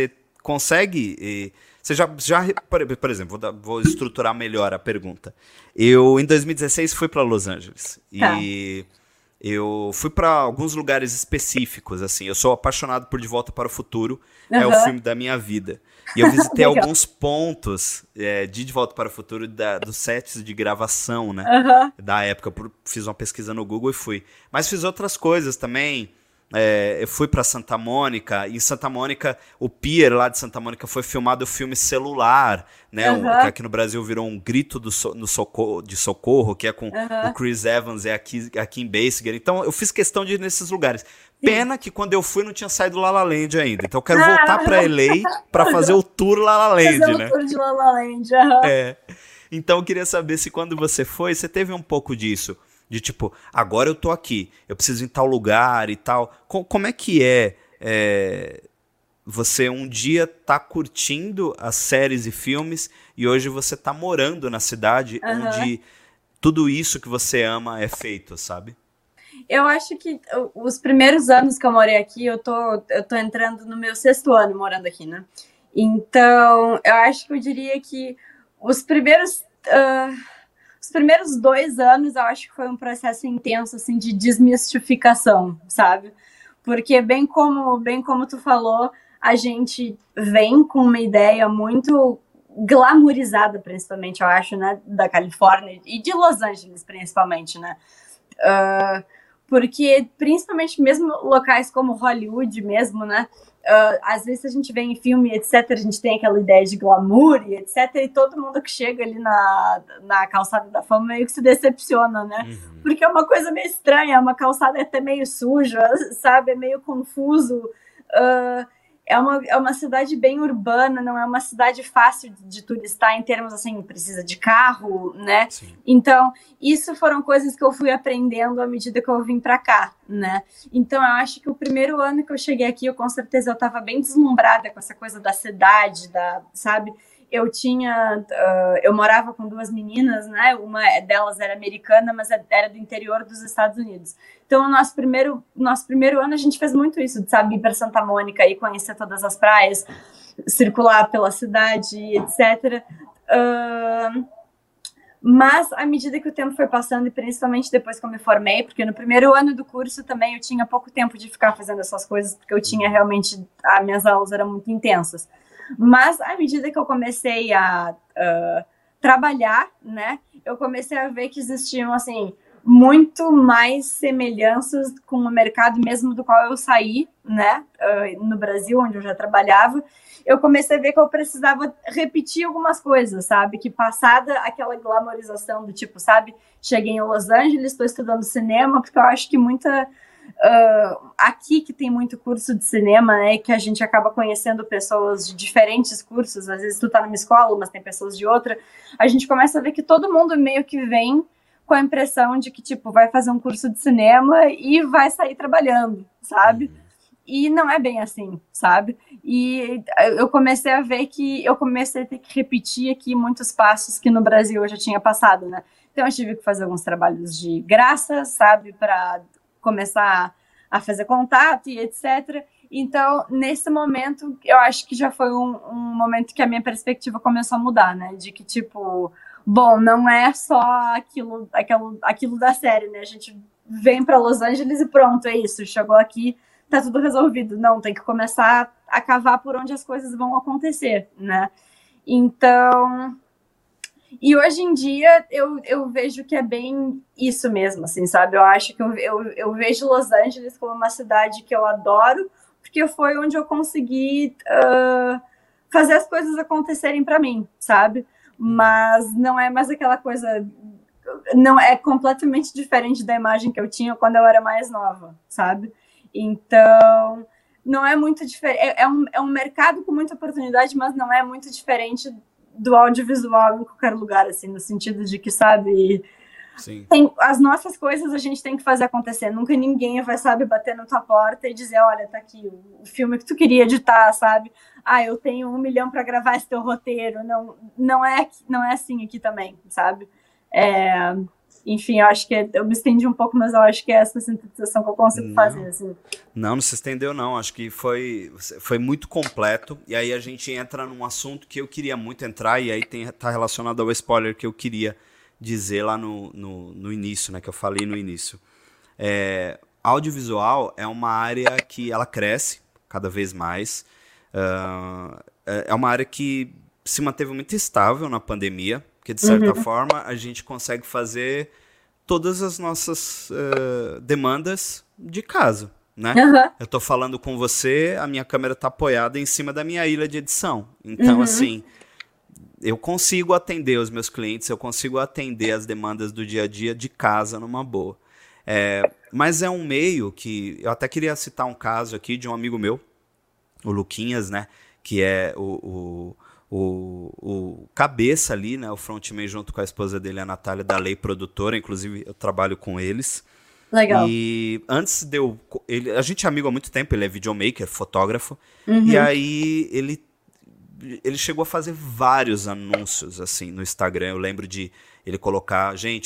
consegue... Você já por exemplo, vou estruturar melhor a pergunta. Eu, em 2016, fui para Los Angeles. Tá. E... eu fui para alguns lugares específicos, assim. Eu sou apaixonado por De Volta para o Futuro. É o filme da minha vida. E eu visitei alguns pontos de Volta para o Futuro dos sets de gravação, né? Da época. Fiz uma pesquisa no Google e fui. Mas fiz outras coisas também. Eu fui para Santa Mônica. E em Santa Mônica, o pier lá de Santa Mônica foi filmado o filme Celular, né? Que aqui no Brasil virou um grito de socorro, que é com o Chris Evans e a Kim Basinger. Então, eu fiz questão de ir nesses lugares. Pena que quando eu fui não tinha saído La La Land ainda. Então, eu quero voltar para LA para fazer o tour La La Land, fazer né? O tour de La La Land. Então, eu queria saber se quando você foi, você teve um pouco disso. De tipo, agora eu tô aqui, eu preciso ir em tal lugar e tal. Como é que você um dia tá curtindo as séries e filmes e hoje você tá morando na cidade onde tudo isso que você ama é feito, sabe? Eu acho que os primeiros anos que eu morei aqui, eu tô entrando no meu 6º ano morando aqui, né? Então, eu acho que eu diria que os primeiros 2 anos, eu acho que foi um processo intenso, assim, de desmistificação, sabe? Porque, bem como tu falou, a gente vem com uma ideia muito glamourizada, principalmente, eu acho, né? Da Califórnia e de Los Angeles, principalmente, né? Porque, principalmente, mesmo locais como Hollywood mesmo, né? Às vezes a gente vê em filme, etc., a gente tem aquela ideia de glamour e etc., e todo mundo que chega ali na calçada da fama meio que se decepciona, né? Porque é uma coisa meio estranha, é uma calçada até meio suja, sabe? É meio confuso. É uma cidade bem urbana, não é uma cidade fácil de turistar em termos, assim, precisa de carro, né? Sim. Então, isso foram coisas que eu fui aprendendo à medida que eu vim pra cá, né? Então, eu acho que o primeiro ano que eu cheguei aqui, com certeza eu tava bem deslumbrada com essa coisa da cidade, sabe? Eu morava com 2 meninas, né? Uma delas era americana, mas era do interior dos Estados Unidos. Então, nosso primeiro ano, a gente fez muito isso, sabe? Ir para Santa Mônica e conhecer todas as praias, circular pela cidade, etc. Mas, à medida que o tempo foi passando, e principalmente depois que eu me formei, porque no primeiro ano do curso também eu tinha pouco tempo de ficar fazendo essas coisas, porque eu tinha realmente... As minhas aulas eram muito intensas. Mas, à medida que eu comecei a trabalhar, né, eu comecei a ver que existiam, assim, muito mais semelhanças com o mercado mesmo do qual eu saí, né, no Brasil, onde eu já trabalhava. Eu comecei a ver que eu precisava repetir algumas coisas, sabe, que passada aquela glamorização do tipo, sabe, cheguei em Los Angeles, estou estudando cinema, porque eu acho que aqui que tem muito curso de cinema, né, que a gente acaba conhecendo pessoas de diferentes cursos, às vezes tu tá numa escola, mas tem pessoas de outra, a gente começa a ver que todo mundo meio que vem com a impressão de que, tipo, vai fazer um curso de cinema e vai sair trabalhando, sabe? E não é bem assim, sabe? E eu comecei a ver que eu comecei a ter que repetir aqui muitos passos que no Brasil eu já tinha passado, né? Então eu tive que fazer alguns trabalhos de graça, sabe? Para começar a fazer contato e etc. Então, nesse momento, eu acho que já foi um momento que a minha perspectiva começou a mudar, né? De que, tipo, bom, não é só aquilo da série, né? A gente vem para Los Angeles e pronto, é isso, chegou aqui, tá tudo resolvido. Não, tem que começar a cavar por onde as coisas vão acontecer, né? Então... E hoje em dia eu vejo que é bem isso mesmo, assim, sabe? Eu acho que eu vejo Los Angeles como uma cidade que eu adoro, porque foi onde eu consegui fazer as coisas acontecerem para mim, sabe? Mas não é mais aquela coisa... Não é completamente diferente da imagem que eu tinha quando eu era mais nova, sabe? Então, não é muito diferente. É um mercado com muita oportunidade, mas não é muito diferente do audiovisual em qualquer lugar, assim, no sentido de que, sabe, Sim. As nossas coisas a gente tem que fazer acontecer. Nunca ninguém vai, sabe, bater na tua porta e dizer, olha, tá aqui o filme que tu queria editar, sabe? Eu tenho 1 milhão para gravar esse teu roteiro. Não é assim aqui também, sabe? Enfim, eu acho que eu me estendi um pouco, mas eu acho que é essa sintetização que eu consigo fazer, assim. Não se estendeu, não. Acho que foi muito completo. E aí a gente entra num assunto que eu queria muito entrar, e aí tá relacionado ao spoiler que eu queria dizer lá no início, né? Que eu falei no início. Audiovisual é uma área que ela cresce cada vez mais. É uma área que se manteve muito estável na pandemia, porque, de certa forma, a gente consegue fazer todas as nossas demandas de casa, né? Eu tô falando com você, a minha câmera tá apoiada em cima da minha ilha de edição. Então, assim, eu consigo atender os meus clientes, eu consigo atender as demandas do dia a dia de casa numa boa. Mas é um meio que... Eu até queria citar um caso aqui de um amigo meu, o Luquinhas, né? Que é o cabeça ali, né, o frontman junto com a esposa dele, a Natália, da Lei Produtora, inclusive eu trabalho com eles. Legal. E antes de eu... a gente é amigo há muito tempo, ele é videomaker, fotógrafo, e aí ele chegou a fazer vários anúncios, assim, no Instagram. Eu lembro de ele colocar, gente,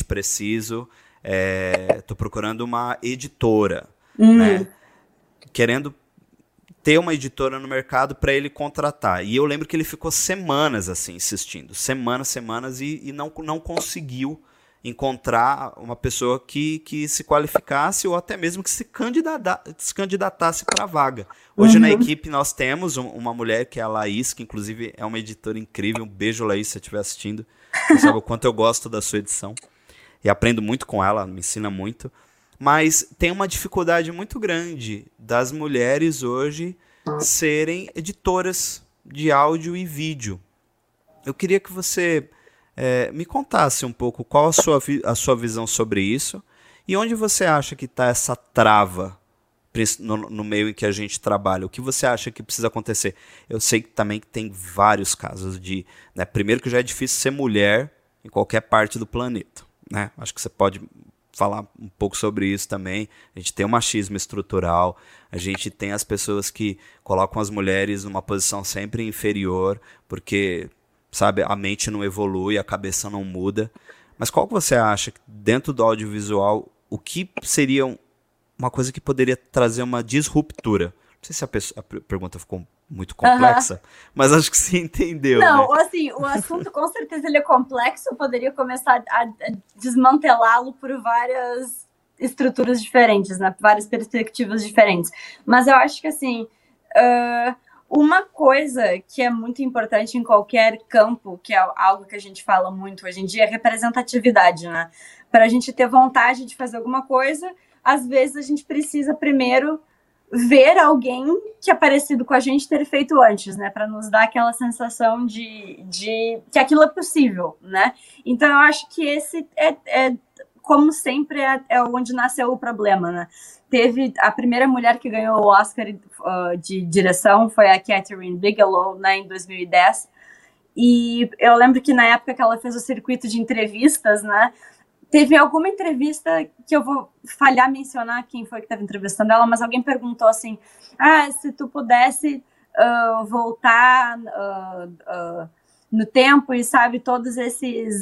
tô procurando uma editora, né, querendo ter uma editora no mercado para ele contratar. E eu lembro que ele ficou semanas assim, insistindo. Semanas, e não conseguiu encontrar uma pessoa que se qualificasse ou até mesmo que se candidatasse para a vaga. Hoje na equipe nós temos uma mulher que é a Laís, que inclusive é uma editora incrível. Um beijo, Laís, se você estiver assistindo. Você sabe o quanto eu gosto da sua edição. E aprendo muito com ela, me ensina muito. Mas tem uma dificuldade muito grande das mulheres hoje serem editoras de áudio e vídeo. Eu queria que você me contasse um pouco qual a sua visão sobre isso e onde você acha que está essa trava no meio em que a gente trabalha. O que você acha que precisa acontecer? Eu sei que também tem vários casos de... Né, primeiro que já é difícil ser mulher em qualquer parte do planeta. Né? Acho que você pode falar um pouco sobre isso também. A gente tem o machismo estrutural, a gente tem as pessoas que colocam as mulheres numa posição sempre inferior, porque, sabe, a mente não evolui, a cabeça não muda. Mas qual que você acha, dentro do audiovisual, o que seria uma coisa que poderia trazer uma disruptura? Não sei se a pergunta ficou muito complexa, mas acho que você entendeu. Não, né? Assim, o assunto com certeza ele é complexo, eu poderia começar a desmantelá-lo por várias estruturas diferentes, né? Várias perspectivas diferentes. Mas eu acho que, assim, uma coisa que é muito importante em qualquer campo, que é algo que a gente fala muito hoje em dia, é representatividade, né? Para a gente ter vontade de fazer alguma coisa, às vezes a gente precisa primeiro ver alguém que é parecido com a gente ter feito antes, né? Para nos dar aquela sensação de que aquilo é possível, né? Então, eu acho que esse como sempre, é onde nasceu o problema, né? Teve a primeira mulher que ganhou o Oscar de direção, foi a Catherine Bigelow, né, em 2010. E eu lembro que na época que ela fez o circuito de entrevistas, né, teve alguma entrevista que eu vou falhar mencionar quem foi que estava entrevistando ela, mas alguém perguntou assim, se tu pudesse voltar no tempo e, sabe, todos esses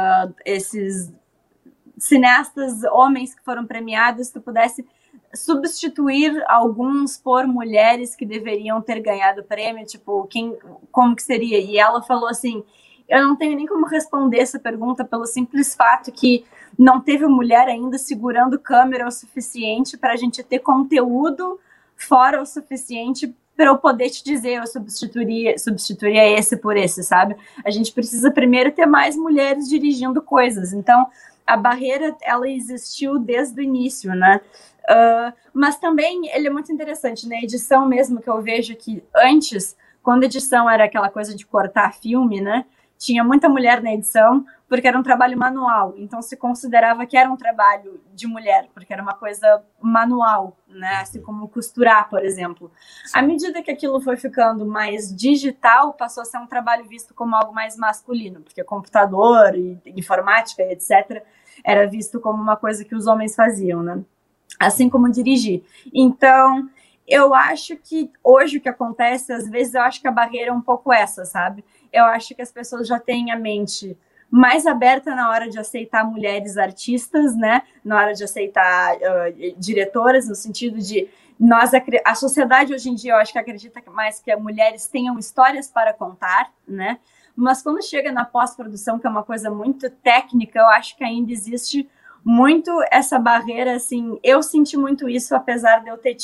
cineastas homens que foram premiados, tu pudesse substituir alguns por mulheres que deveriam ter ganhado o prêmio, tipo, como que seria? E ela falou assim, eu não tenho nem como responder essa pergunta pelo simples fato que não teve mulher ainda segurando câmera o suficiente para a gente ter conteúdo fora o suficiente para eu poder te dizer, eu substituiria esse por esse, sabe? A gente precisa primeiro ter mais mulheres dirigindo coisas. Então, a barreira, ela existiu desde o início, né? Mas também ele é muito interessante, né? Edição mesmo, que eu vejo que antes, quando edição era aquela coisa de cortar filme, né? Tinha muita mulher na edição, porque era um trabalho manual. Então, se considerava que era um trabalho de mulher, porque era uma coisa manual, né? Assim como costurar, por exemplo. À medida que aquilo foi ficando mais digital, passou a ser um trabalho visto como algo mais masculino, porque computador, e informática, etc., era visto como uma coisa que os homens faziam, né? Assim como dirigir. Então, eu acho que hoje o que acontece, às vezes eu acho que a barreira é um pouco essa, sabe? Eu acho que as pessoas já têm a mente mais aberta na hora de aceitar mulheres artistas, né? Na hora de aceitar diretoras, no sentido de a sociedade hoje em dia, eu acho que acredita mais que as mulheres tenham histórias para contar, né? Mas quando chega na pós-produção, que é uma coisa muito técnica, eu acho que ainda existe muito essa barreira, assim. Eu senti muito isso, apesar de eu ter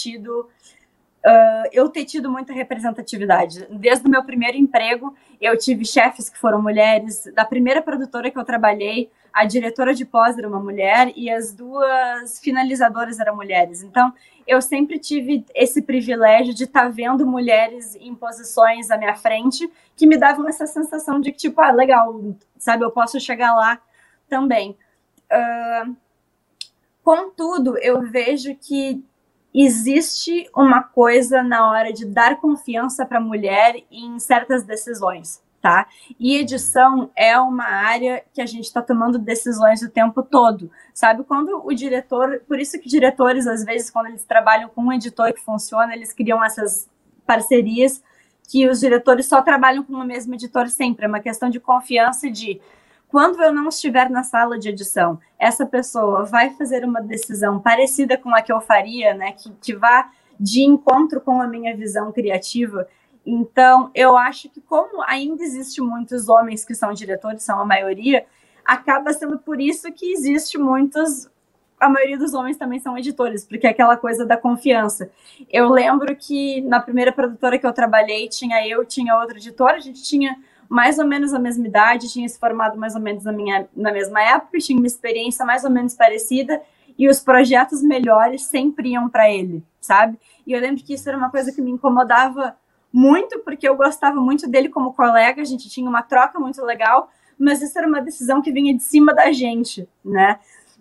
tido muita representatividade. Desde o meu primeiro emprego, eu tive chefes que foram mulheres. Da primeira produtora que eu trabalhei, a diretora de pós era uma mulher e as 2 finalizadoras eram mulheres. Então, eu sempre tive esse privilégio de estar vendo mulheres em posições à minha frente que me davam essa sensação de que, tipo, legal, sabe, eu posso chegar lá também. Contudo, eu vejo que existe uma coisa na hora de dar confiança para a mulher em certas decisões, tá? E edição é uma área que a gente está tomando decisões o tempo todo, sabe? Quando o diretor... Por isso que diretores, às vezes, quando eles trabalham com um editor que funciona, eles criam essas parcerias que os diretores só trabalham com o mesmo editor sempre. É uma questão de confiança e de... Quando eu não estiver na sala de edição, essa pessoa vai fazer uma decisão parecida com a que eu faria, né? Que vá de encontro com a minha visão criativa. Então, eu acho que como ainda existe muitos homens que são diretores, são a maioria, acaba sendo por isso que existe muitos... A maioria dos homens também são editores, porque é aquela coisa da confiança. Eu lembro que na primeira produtora que eu trabalhei, tinha outro editor, a gente tinha mais ou menos a mesma idade, tinha se formado mais ou menos na mesma época, tinha uma experiência mais ou menos parecida, e os projetos melhores sempre iam para ele, sabe? E eu lembro que isso era uma coisa que me incomodava muito, porque eu gostava muito dele como colega, a gente tinha uma troca muito legal, mas isso era uma decisão que vinha de cima da gente, né?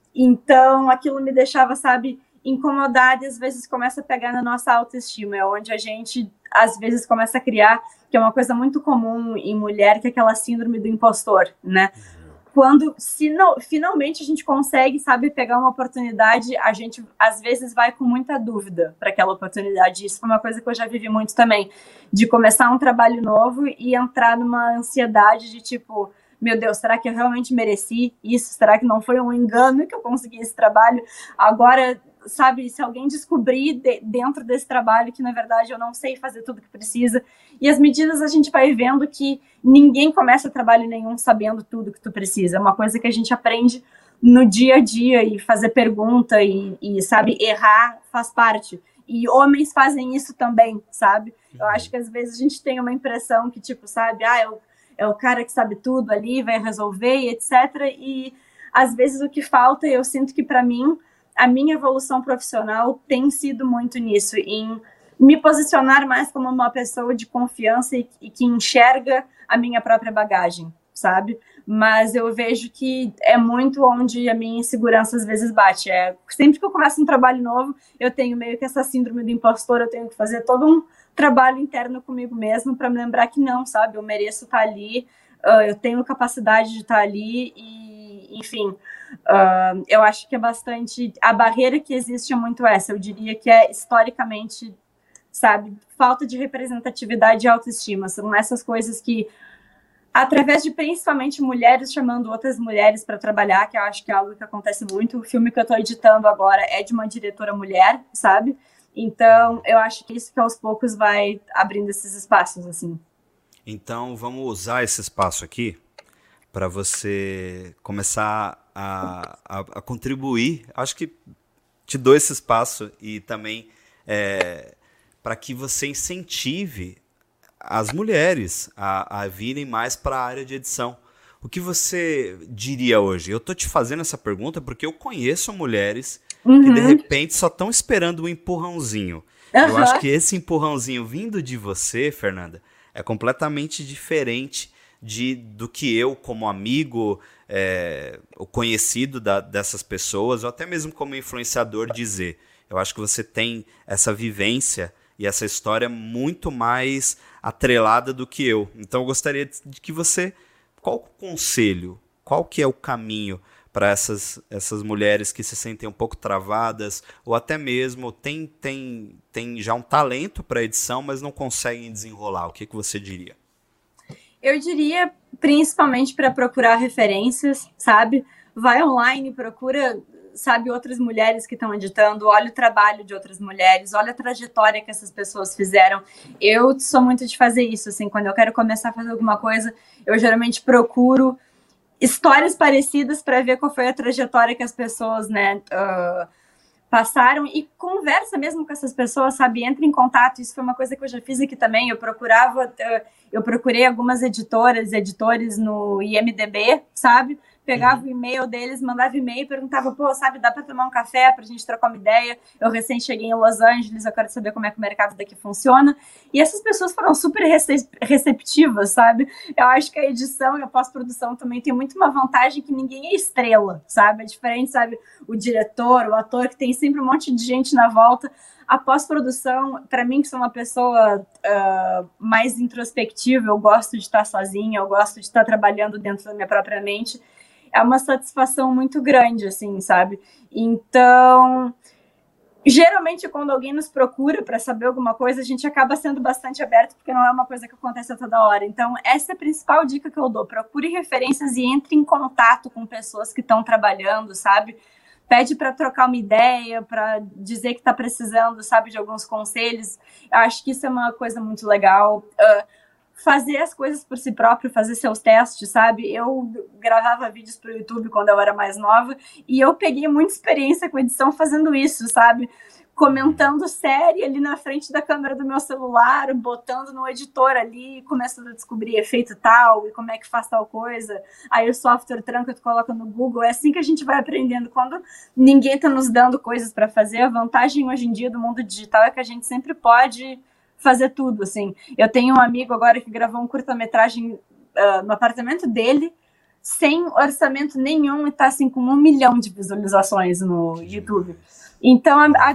Então, aquilo me deixava, sabe, incomodada e às vezes começa a pegar na nossa autoestima, é onde a gente, às vezes, começa a criar, que é uma coisa muito comum em mulher, que é aquela síndrome do impostor, né? Quando, finalmente, a gente consegue, sabe, pegar uma oportunidade, a gente, às vezes, vai com muita dúvida para aquela oportunidade. Isso foi uma coisa que eu já vivi muito também, de começar um trabalho novo e entrar numa ansiedade de, tipo... Meu Deus, será que eu realmente mereci isso? Será que não foi um engano que eu consegui esse trabalho? Agora, sabe, se alguém descobrir dentro desse trabalho que, na verdade, eu não sei fazer tudo que precisa. E as medidas a gente vai vendo que ninguém começa trabalho nenhum sabendo tudo que tu precisa. É uma coisa que a gente aprende no dia a dia e fazer pergunta e sabe, errar faz parte. E homens fazem isso também, sabe? Eu acho que às vezes a gente tem uma impressão que, tipo, sabe, é o cara que sabe tudo ali, vai resolver, e etc. E, às vezes, o que falta, eu sinto que, para mim, a minha evolução profissional tem sido muito nisso, em me posicionar mais como uma pessoa de confiança e que enxerga a minha própria bagagem, sabe? Mas eu vejo que é muito onde a minha insegurança, às vezes, bate. Sempre que eu começo um trabalho novo, eu tenho meio que essa síndrome do impostor, eu tenho que fazer todo um trabalho interno comigo mesmo para me lembrar que não, sabe? Eu mereço estar ali, eu tenho capacidade de estar ali e, enfim, eu acho que é bastante... A barreira que existe é muito essa. Eu diria que é historicamente, sabe? Falta de representatividade e autoestima. São essas coisas que, através de principalmente mulheres chamando outras mulheres para trabalhar, que eu acho que é algo que acontece muito. O filme que eu estou editando agora é de uma diretora mulher, sabe? Então, eu acho que isso que aos poucos vai abrindo esses espaços, assim. Então, vamos usar esse espaço aqui para você começar a contribuir. Acho que te dou esse espaço e também para que você incentive as mulheres a virem mais para a área de edição. O que você diria hoje? Eu estou te fazendo essa pergunta porque eu conheço mulheres que de repente só estão esperando um empurrãozinho. Eu acho que esse empurrãozinho vindo de você, Fernanda, é completamente diferente do que eu, como amigo, o conhecido dessas pessoas, ou até mesmo como influenciador, dizer. Eu acho que você tem essa vivência e essa história muito mais atrelada do que eu. Então eu gostaria de que você... Qual o conselho? Qual que é o caminho para essas mulheres que se sentem um pouco travadas, ou até mesmo tem já um talento para edição, mas não conseguem desenrolar? O que você diria? Eu diria, principalmente para procurar referências, sabe? Vai online, procura, sabe, outras mulheres que estão editando, olha o trabalho de outras mulheres, olha a trajetória que essas pessoas fizeram. Eu sou muito de fazer isso, assim, quando eu quero começar a fazer alguma coisa, eu geralmente procuro histórias parecidas para ver qual foi a trajetória que as pessoas, né, passaram, e conversa mesmo com essas pessoas, sabe? Entra em contato. Isso foi uma coisa que eu já fiz aqui também. Eu procurei algumas editores no IMDb, sabe? Pegava o e-mail deles, mandava e-mail, perguntava, pô, sabe, dá para tomar um café pra gente trocar uma ideia? Eu recém cheguei em Los Angeles, eu quero saber como é que o mercado daqui funciona. E essas pessoas foram super receptivas, sabe? Eu acho que a edição e a pós-produção também tem muito uma vantagem, que ninguém é estrela, sabe? É diferente, sabe? O diretor, o ator, que tem sempre um monte de gente na volta. A pós-produção, para mim, que sou uma pessoa mais introspectiva, eu gosto de estar sozinha, eu gosto de estar trabalhando dentro da minha própria mente, é uma satisfação muito grande, assim, sabe? Então, geralmente, quando alguém nos procura para saber alguma coisa, a gente acaba sendo bastante aberto, porque não é uma coisa que acontece a toda hora. Então, essa é a principal dica que eu dou. Procure referências e entre em contato com pessoas que estão trabalhando, sabe? Pede para trocar uma ideia, para dizer que está precisando, sabe, de alguns conselhos. Eu acho que isso é uma coisa muito legal. Fazer as coisas por si próprio, fazer seus testes, sabe? Eu gravava vídeos para o YouTube quando eu era mais nova, e eu peguei muita experiência com edição fazendo isso, sabe? Comentando série ali na frente da câmera do meu celular, botando no editor ali, começando a descobrir efeito tal, e como é que faz tal coisa. Aí o software tranca, tu coloca no Google. É assim que a gente vai aprendendo. Quando ninguém tá nos dando coisas para fazer, a vantagem hoje em dia do mundo digital é que a gente sempre pode fazer tudo, assim. Eu tenho um amigo agora que gravou um curta-metragem no apartamento dele, sem orçamento nenhum, e tá assim com 1 milhão de visualizações no YouTube. Então,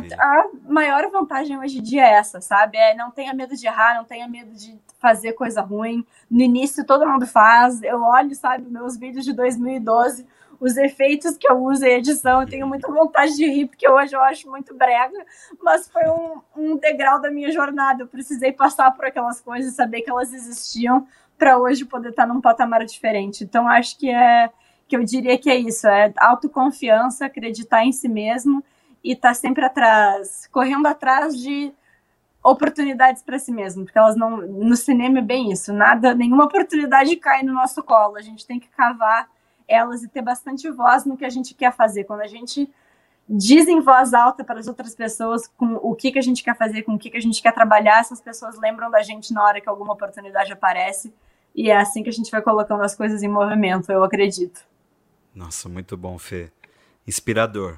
a maior vantagem hoje em dia é essa, sabe? Não tenha medo de errar, não tenha medo de fazer coisa ruim. No início, todo mundo faz. Eu olho, sabe, meus vídeos de 2012, os efeitos que eu uso em edição, eu tenho muita vontade de rir, porque hoje eu acho muito brega, mas foi um degrau da minha jornada. Eu precisei passar por aquelas coisas, saber que elas existiam, para hoje poder estar num patamar diferente. Então, acho que eu diria que é isso, é autoconfiança, acreditar em si mesmo e estar sempre correndo atrás de oportunidades para si mesmo, porque elas não, no cinema é bem isso, nenhuma oportunidade cai no nosso colo, a gente tem que cavar elas e ter bastante voz no que a gente quer fazer. Quando a gente diz em voz alta para as outras pessoas com o que a gente quer fazer, com o que a gente quer trabalhar, essas pessoas lembram da gente na hora que alguma oportunidade aparece, e é assim que a gente vai colocando as coisas em movimento, eu acredito. Nossa, muito bom, Fê. Inspirador.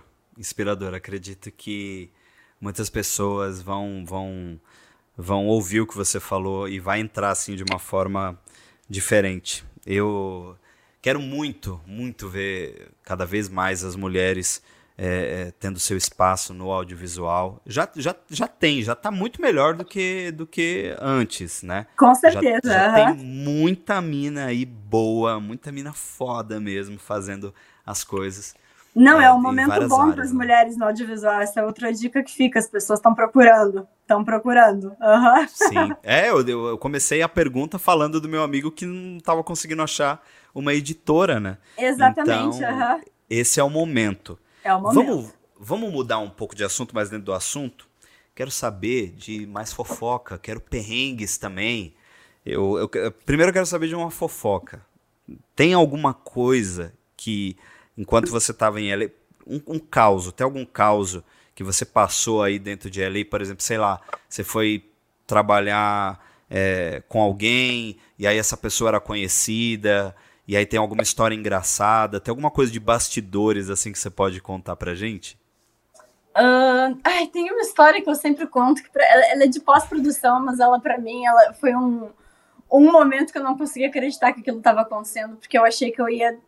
Acredito que muitas pessoas vão ouvir o que você falou e vai entrar assim de uma forma diferente. Eu quero muito, muito ver cada vez mais as mulheres tendo seu espaço no audiovisual. Já está muito melhor do que antes, né? Com certeza. Já tem muita mina aí boa, muita mina foda mesmo fazendo as coisas. Não, é um momento bom para as mulheres no audiovisual. Essa é outra dica que fica. As pessoas estão procurando. Uhum. Sim. Eu comecei a pergunta falando do meu amigo que não estava conseguindo achar uma editora, né? Exatamente. Então, esse é o momento. É o momento. Vamos mudar um pouco de assunto, mas dentro do assunto. Quero saber de mais fofoca. Quero perrengues também. Primeiro eu quero saber de uma fofoca. Tem alguma coisa que enquanto você estava em LA, um caos, tem algum caos que você passou aí dentro de LA, por exemplo, sei lá, você foi trabalhar com alguém, e aí essa pessoa era conhecida, e aí tem alguma história engraçada, tem alguma coisa de bastidores assim que você pode contar pra gente? Tem uma história que eu sempre conto, que ela é de pós-produção, mas ela, pra mim, ela foi um momento que eu não conseguia acreditar que aquilo estava acontecendo, porque eu achei que eu ia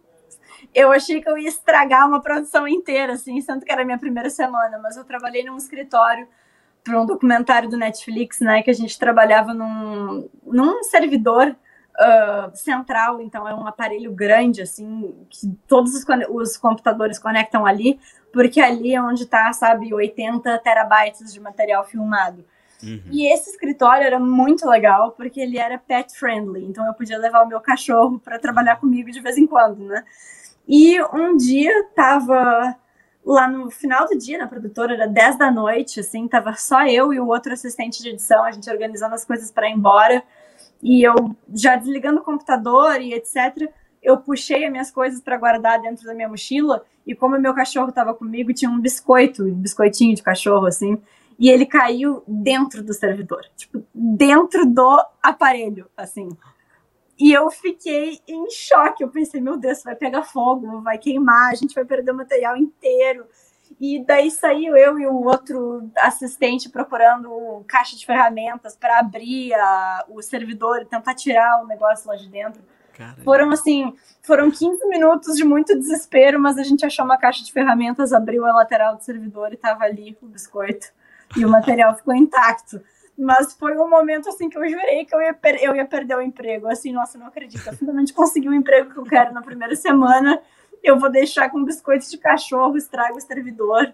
estragar uma produção inteira, assim, sendo que era a minha primeira semana, mas eu trabalhei num escritório para um documentário do Netflix, né, que a gente trabalhava num servidor central, então é um aparelho grande, assim, que todos os computadores conectam ali, porque ali é onde está, sabe, 80 terabytes de material filmado. Uhum. E esse escritório era muito legal, porque ele era pet friendly, então eu podia levar o meu cachorro para trabalhar comigo de vez em quando, né? E um dia tava lá no final do dia, na produtora, era 10 da noite, assim, tava só eu e o outro assistente de edição, a gente organizando as coisas para ir embora, e eu já desligando o computador e etc., eu puxei as minhas coisas para guardar dentro da minha mochila, e como o meu cachorro tava comigo, tinha um biscoitinho de cachorro, assim, e ele caiu dentro do servidor, tipo, dentro do aparelho, assim. E eu fiquei em choque. Eu pensei, meu Deus, vai pegar fogo, vai queimar, a gente vai perder o material inteiro. E daí saiu eu e o outro assistente procurando caixa de ferramentas para abrir o servidor e tentar tirar o negócio lá de dentro. Caramba. Foram 15 minutos de muito desespero, mas a gente achou uma caixa de ferramentas, abriu a lateral do servidor e tava ali o biscoito. E o material ficou intacto. Mas foi um momento, assim, que eu jurei que eu ia perder o emprego. Assim, nossa, não acredito. Eu finalmente consegui o emprego que eu quero na primeira semana. Eu vou deixar com biscoitos de cachorro, estrago o servidor.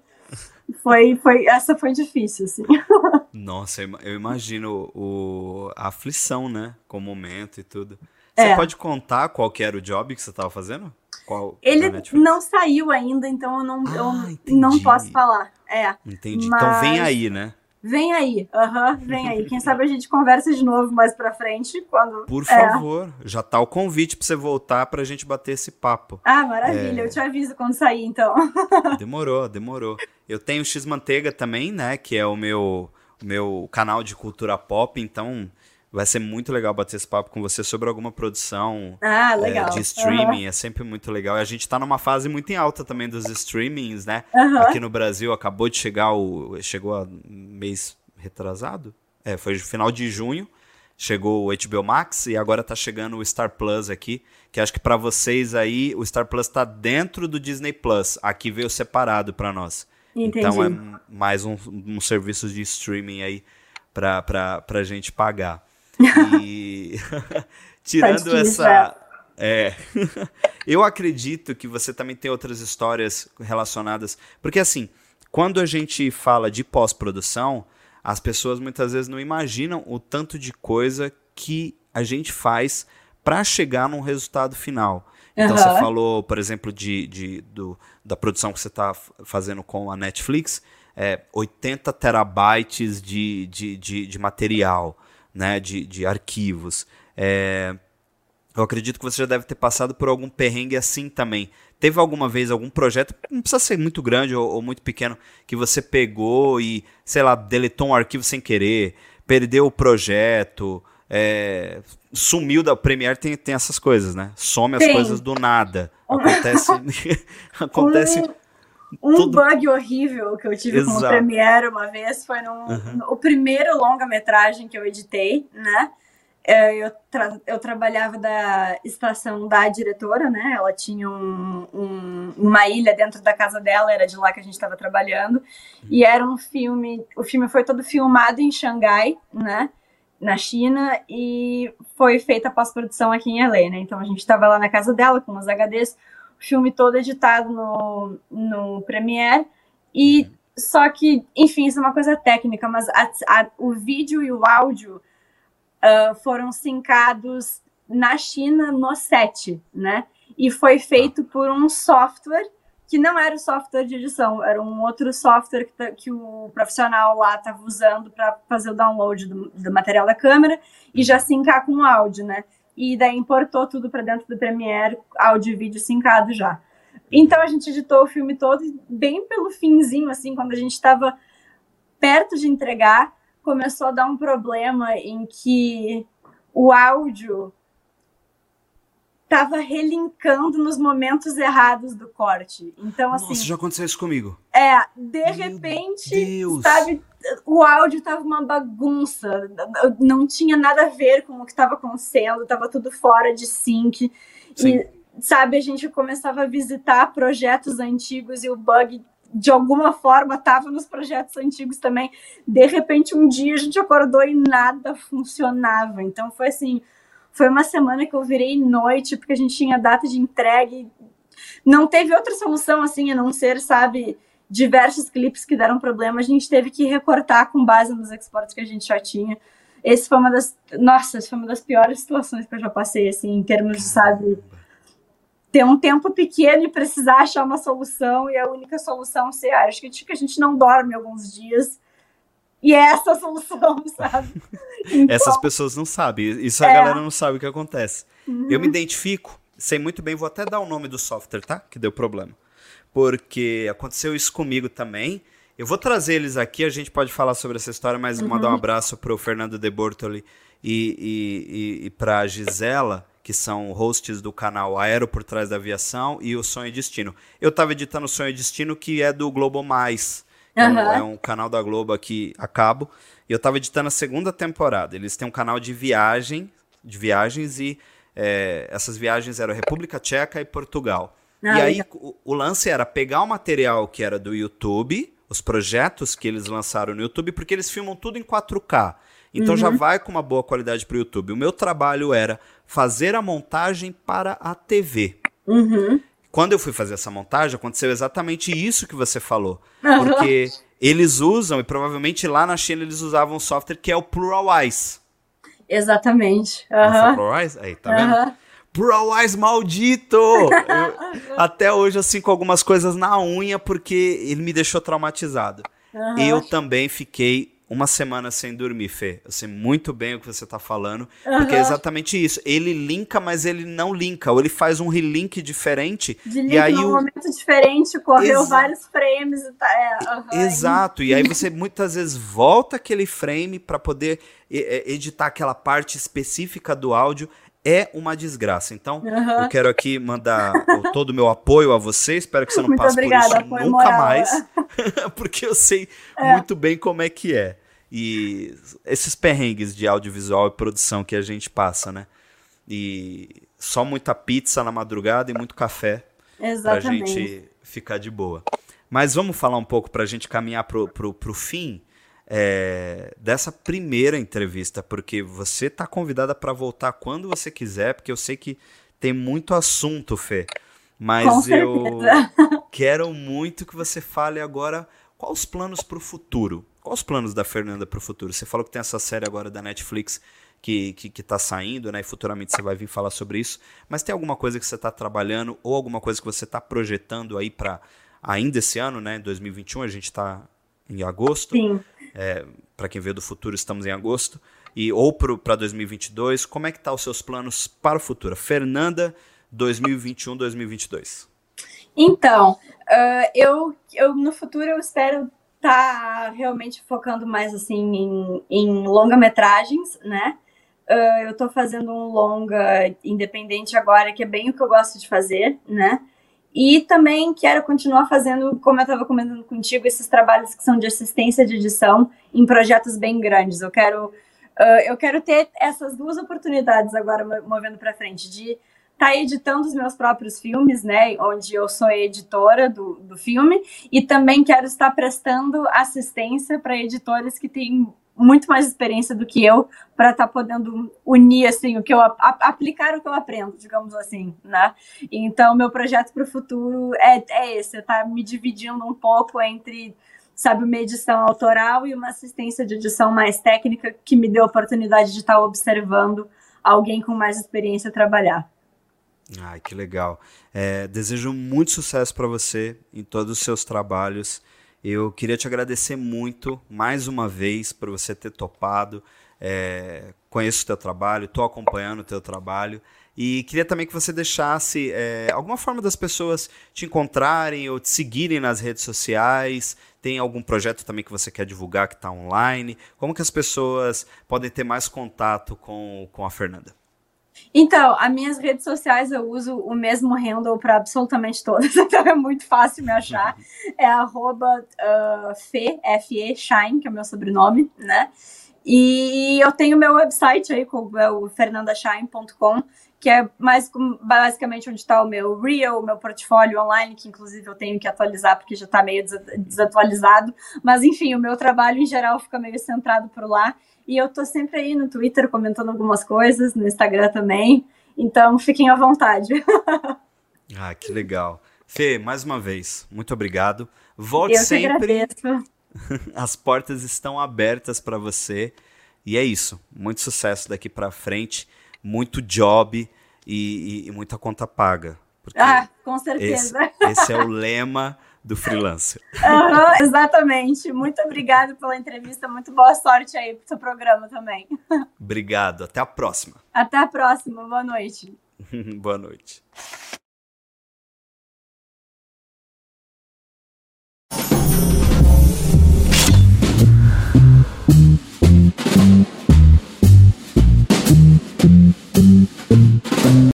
Essa foi difícil, assim. Nossa, eu imagino a aflição, né? Com o momento e tudo. Você pode contar qual que era o job que você estava fazendo? Ele não saiu ainda, então eu não posso falar. Entendi. Mas... Então vem aí, né? Vem aí, vem aí. Quem sabe a gente conversa de novo mais pra frente. Por favor, já tá o convite pra você voltar pra gente bater esse papo. Maravilha, eu te aviso quando sair, então. Demorou. Eu tenho o X-Manteiga também, né, que é o meu canal de cultura pop, então vai ser muito legal bater esse papo com você sobre alguma produção legal. De streaming, é sempre muito legal. E a gente tá numa fase muito em alta também dos streamings, né? Aqui no Brasil acabou de chegou a mês retrasado? Foi final de junho, chegou o HBO Max e agora tá chegando o Star Plus aqui, que acho que para vocês aí o Star Plus tá dentro do Disney Plus, aqui veio separado para nós. Entendi. Então é mais um serviço de streaming aí pra gente pagar. E tirando essa... eu acredito que você também tem outras histórias relacionadas, porque assim, quando a gente fala de pós-produção, as pessoas muitas vezes não imaginam o tanto de coisa que a gente faz para chegar num resultado final. Então você falou, por exemplo, da produção que você está fazendo com a Netflix, 80 terabytes de material, né, de arquivos. Eu acredito que você já deve ter passado por algum perrengue assim também. Teve alguma vez algum projeto, não precisa ser muito grande ou muito pequeno, que você pegou e, sei lá, deletou um arquivo sem querer, perdeu o projeto, sumiu da Premiere, tem essas coisas, né? Some as coisas do nada. Acontece tudo. Bug horrível que eu tive com o Premiere uma vez foi o primeiro longa-metragem que eu editei, né? Eu trabalhava da estação da diretora, né? Ela tinha uma ilha dentro da casa dela, era de lá que a gente estava trabalhando. E era um filme... O filme foi todo filmado em Xangai, né? Na China, e foi feita a pós-produção aqui em LA, né? Então a gente estava lá na casa dela com os HDs, o filme todo editado no Premiere, e só que, enfim, isso é uma coisa técnica, mas o vídeo e o áudio foram sincados na China no set, né? E foi feito por um software que não era o software de edição, era um outro software que o profissional lá estava usando para fazer o download do material da câmera e já sincar com o áudio, né? E daí importou tudo para dentro do Premiere, áudio e vídeo sincado já. Então a gente editou o filme todo e bem pelo finzinho, assim, quando a gente estava perto de entregar, começou a dar um problema em que o áudio estava relincando nos momentos errados do corte. Então, assim... Nossa, já aconteceu isso comigo. De repente, sabe, o áudio estava uma bagunça, não tinha nada a ver com o que estava acontecendo, estava tudo fora de sync. Sim. E, sabe, a gente começava a visitar projetos antigos e o bug, de alguma forma, estava nos projetos antigos também. De repente, um dia a gente acordou e nada funcionava. Então, foi assim, foi uma semana que eu virei noite, porque a gente tinha data de entrega e não teve outra solução, assim, a não ser, sabe, diversos clipes que deram problema. A gente teve que recortar com base nos exports que a gente já tinha. Essa foi uma das piores situações que eu já passei, assim, em termos de, sabe, ter um tempo pequeno e precisar achar uma solução, e a única solução ser, acho que a gente não dorme alguns dias, e é essa a solução, sabe? Então, essas pessoas não sabem, isso a galera não sabe o que acontece. Eu me identifico, sei muito bem, vou até dar o nome do software, tá? Que deu problema. Porque aconteceu isso comigo também. Eu vou trazer eles aqui, a gente pode falar sobre essa história, mas mandar um abraço pro Fernando De Bortoli e pra Gisela, que são hosts do canal Aero por Trás da Aviação e o Sonho e Destino. Eu estava editando o Sonho e Destino, que é do Globo Mais, é um canal da Globo aqui a cabo, e eu estava editando a segunda temporada. Eles têm um canal de viagens e essas viagens eram República Tcheca e Portugal. E aí o lance era pegar o material que era do YouTube, os projetos que eles lançaram no YouTube, porque eles filmam tudo em 4K. Então já vai com uma boa qualidade para o YouTube. O meu trabalho era fazer a montagem para a TV. Quando eu fui fazer essa montagem, aconteceu exatamente isso que você falou. Porque eles usam, e provavelmente lá na China eles usavam um software que é o PuralEyes. Exatamente. PuralEyes? Aí, tá vendo? PuralEyes maldito! Até hoje eu sinto algumas coisas na unha porque ele me deixou traumatizado. Eu também fiquei uma semana sem dormir, Fê. Eu sei muito bem o que você tá falando, porque é exatamente isso. Ele linka, mas ele não linka. Ou ele faz um relink diferente. De link e aí num momento diferente, correu vários frames. Exato. E aí você muitas vezes volta aquele frame para poder editar aquela parte específica do áudio. É uma desgraça. Então, eu quero aqui mandar todo o meu apoio a você. Espero que você não passe por isso nunca moral, mais. Porque eu sei muito bem como é que é. E esses perrengues de audiovisual e produção que a gente passa, né? E só muita pizza na madrugada e muito café. Exatamente. Pra gente ficar de boa. Mas vamos falar um pouco pra gente caminhar pro fim dessa primeira entrevista, porque você tá convidada para voltar quando você quiser, porque eu sei que tem muito assunto, Fê, mas eu quero muito que você fale agora quais os planos para o futuro, quais os planos da Fernanda para o futuro. Você falou que tem essa série agora da Netflix que tá saindo, né, e futuramente você vai vir falar sobre isso, mas tem alguma coisa que você tá trabalhando ou alguma coisa que você tá projetando aí para ainda esse ano, né, 2021, a gente tá em agosto. Sim. Para quem veio do futuro, estamos em agosto. Ou para 2022, como é que tá os seus planos para o futuro? Fernanda, 2021, 2022. Então, eu no futuro eu espero estar realmente focando mais assim em longa-metragens, né? Eu estou fazendo um longa independente agora, que é bem o que eu gosto de fazer, né? E também quero continuar fazendo, como eu estava comentando contigo, esses trabalhos que são de assistência de edição em projetos bem grandes. Eu quero ter essas duas oportunidades agora, movendo para frente, de estar editando os meus próprios filmes, né, onde eu sou a editora do filme, e também quero estar prestando assistência para editores que têm muito mais experiência do que eu, para estar podendo unir, assim, aplicar o que eu aprendo, digamos assim, né? Então, meu projeto para o futuro é esse, tá me dividindo um pouco entre, sabe, uma edição autoral e uma assistência de edição mais técnica, que me deu a oportunidade de estar observando alguém com mais experiência trabalhar. Ai, que legal. Desejo muito sucesso para você em todos os seus trabalhos. Eu queria te agradecer muito, mais uma vez, por você ter topado. conheço o teu trabalho, estou acompanhando o teu trabalho. E queria também que você deixasse alguma forma das pessoas te encontrarem ou te seguirem nas redes sociais. Tem algum projeto também que você quer divulgar que está online? Como que as pessoas podem ter mais contato com a Fernanda? Então, as minhas redes sociais eu uso o mesmo handle para absolutamente todas, então é muito fácil me achar. É @Fe Shine, que é o meu sobrenome, né? E eu tenho meu website aí, é o fernandashine.com, que é basicamente onde está o meu reel, o meu portfólio online, que inclusive eu tenho que atualizar porque já está meio desatualizado. Mas enfim, o meu trabalho em geral fica meio centrado por lá. E eu tô sempre aí no Twitter comentando algumas coisas, no Instagram também. Então fiquem à vontade. Ah, que legal. Fê, mais uma vez, muito obrigado. Volte eu sempre. Eu que agradeço. As portas estão abertas para você. E é isso. Muito sucesso daqui para frente. Muito job e muita conta paga. Com certeza. Esse é o lema do freelancer. Exatamente. Muito obrigada pela entrevista. Muito boa sorte aí pro seu programa também. Obrigado. Até a próxima. Até a próxima. Boa noite. Boa noite.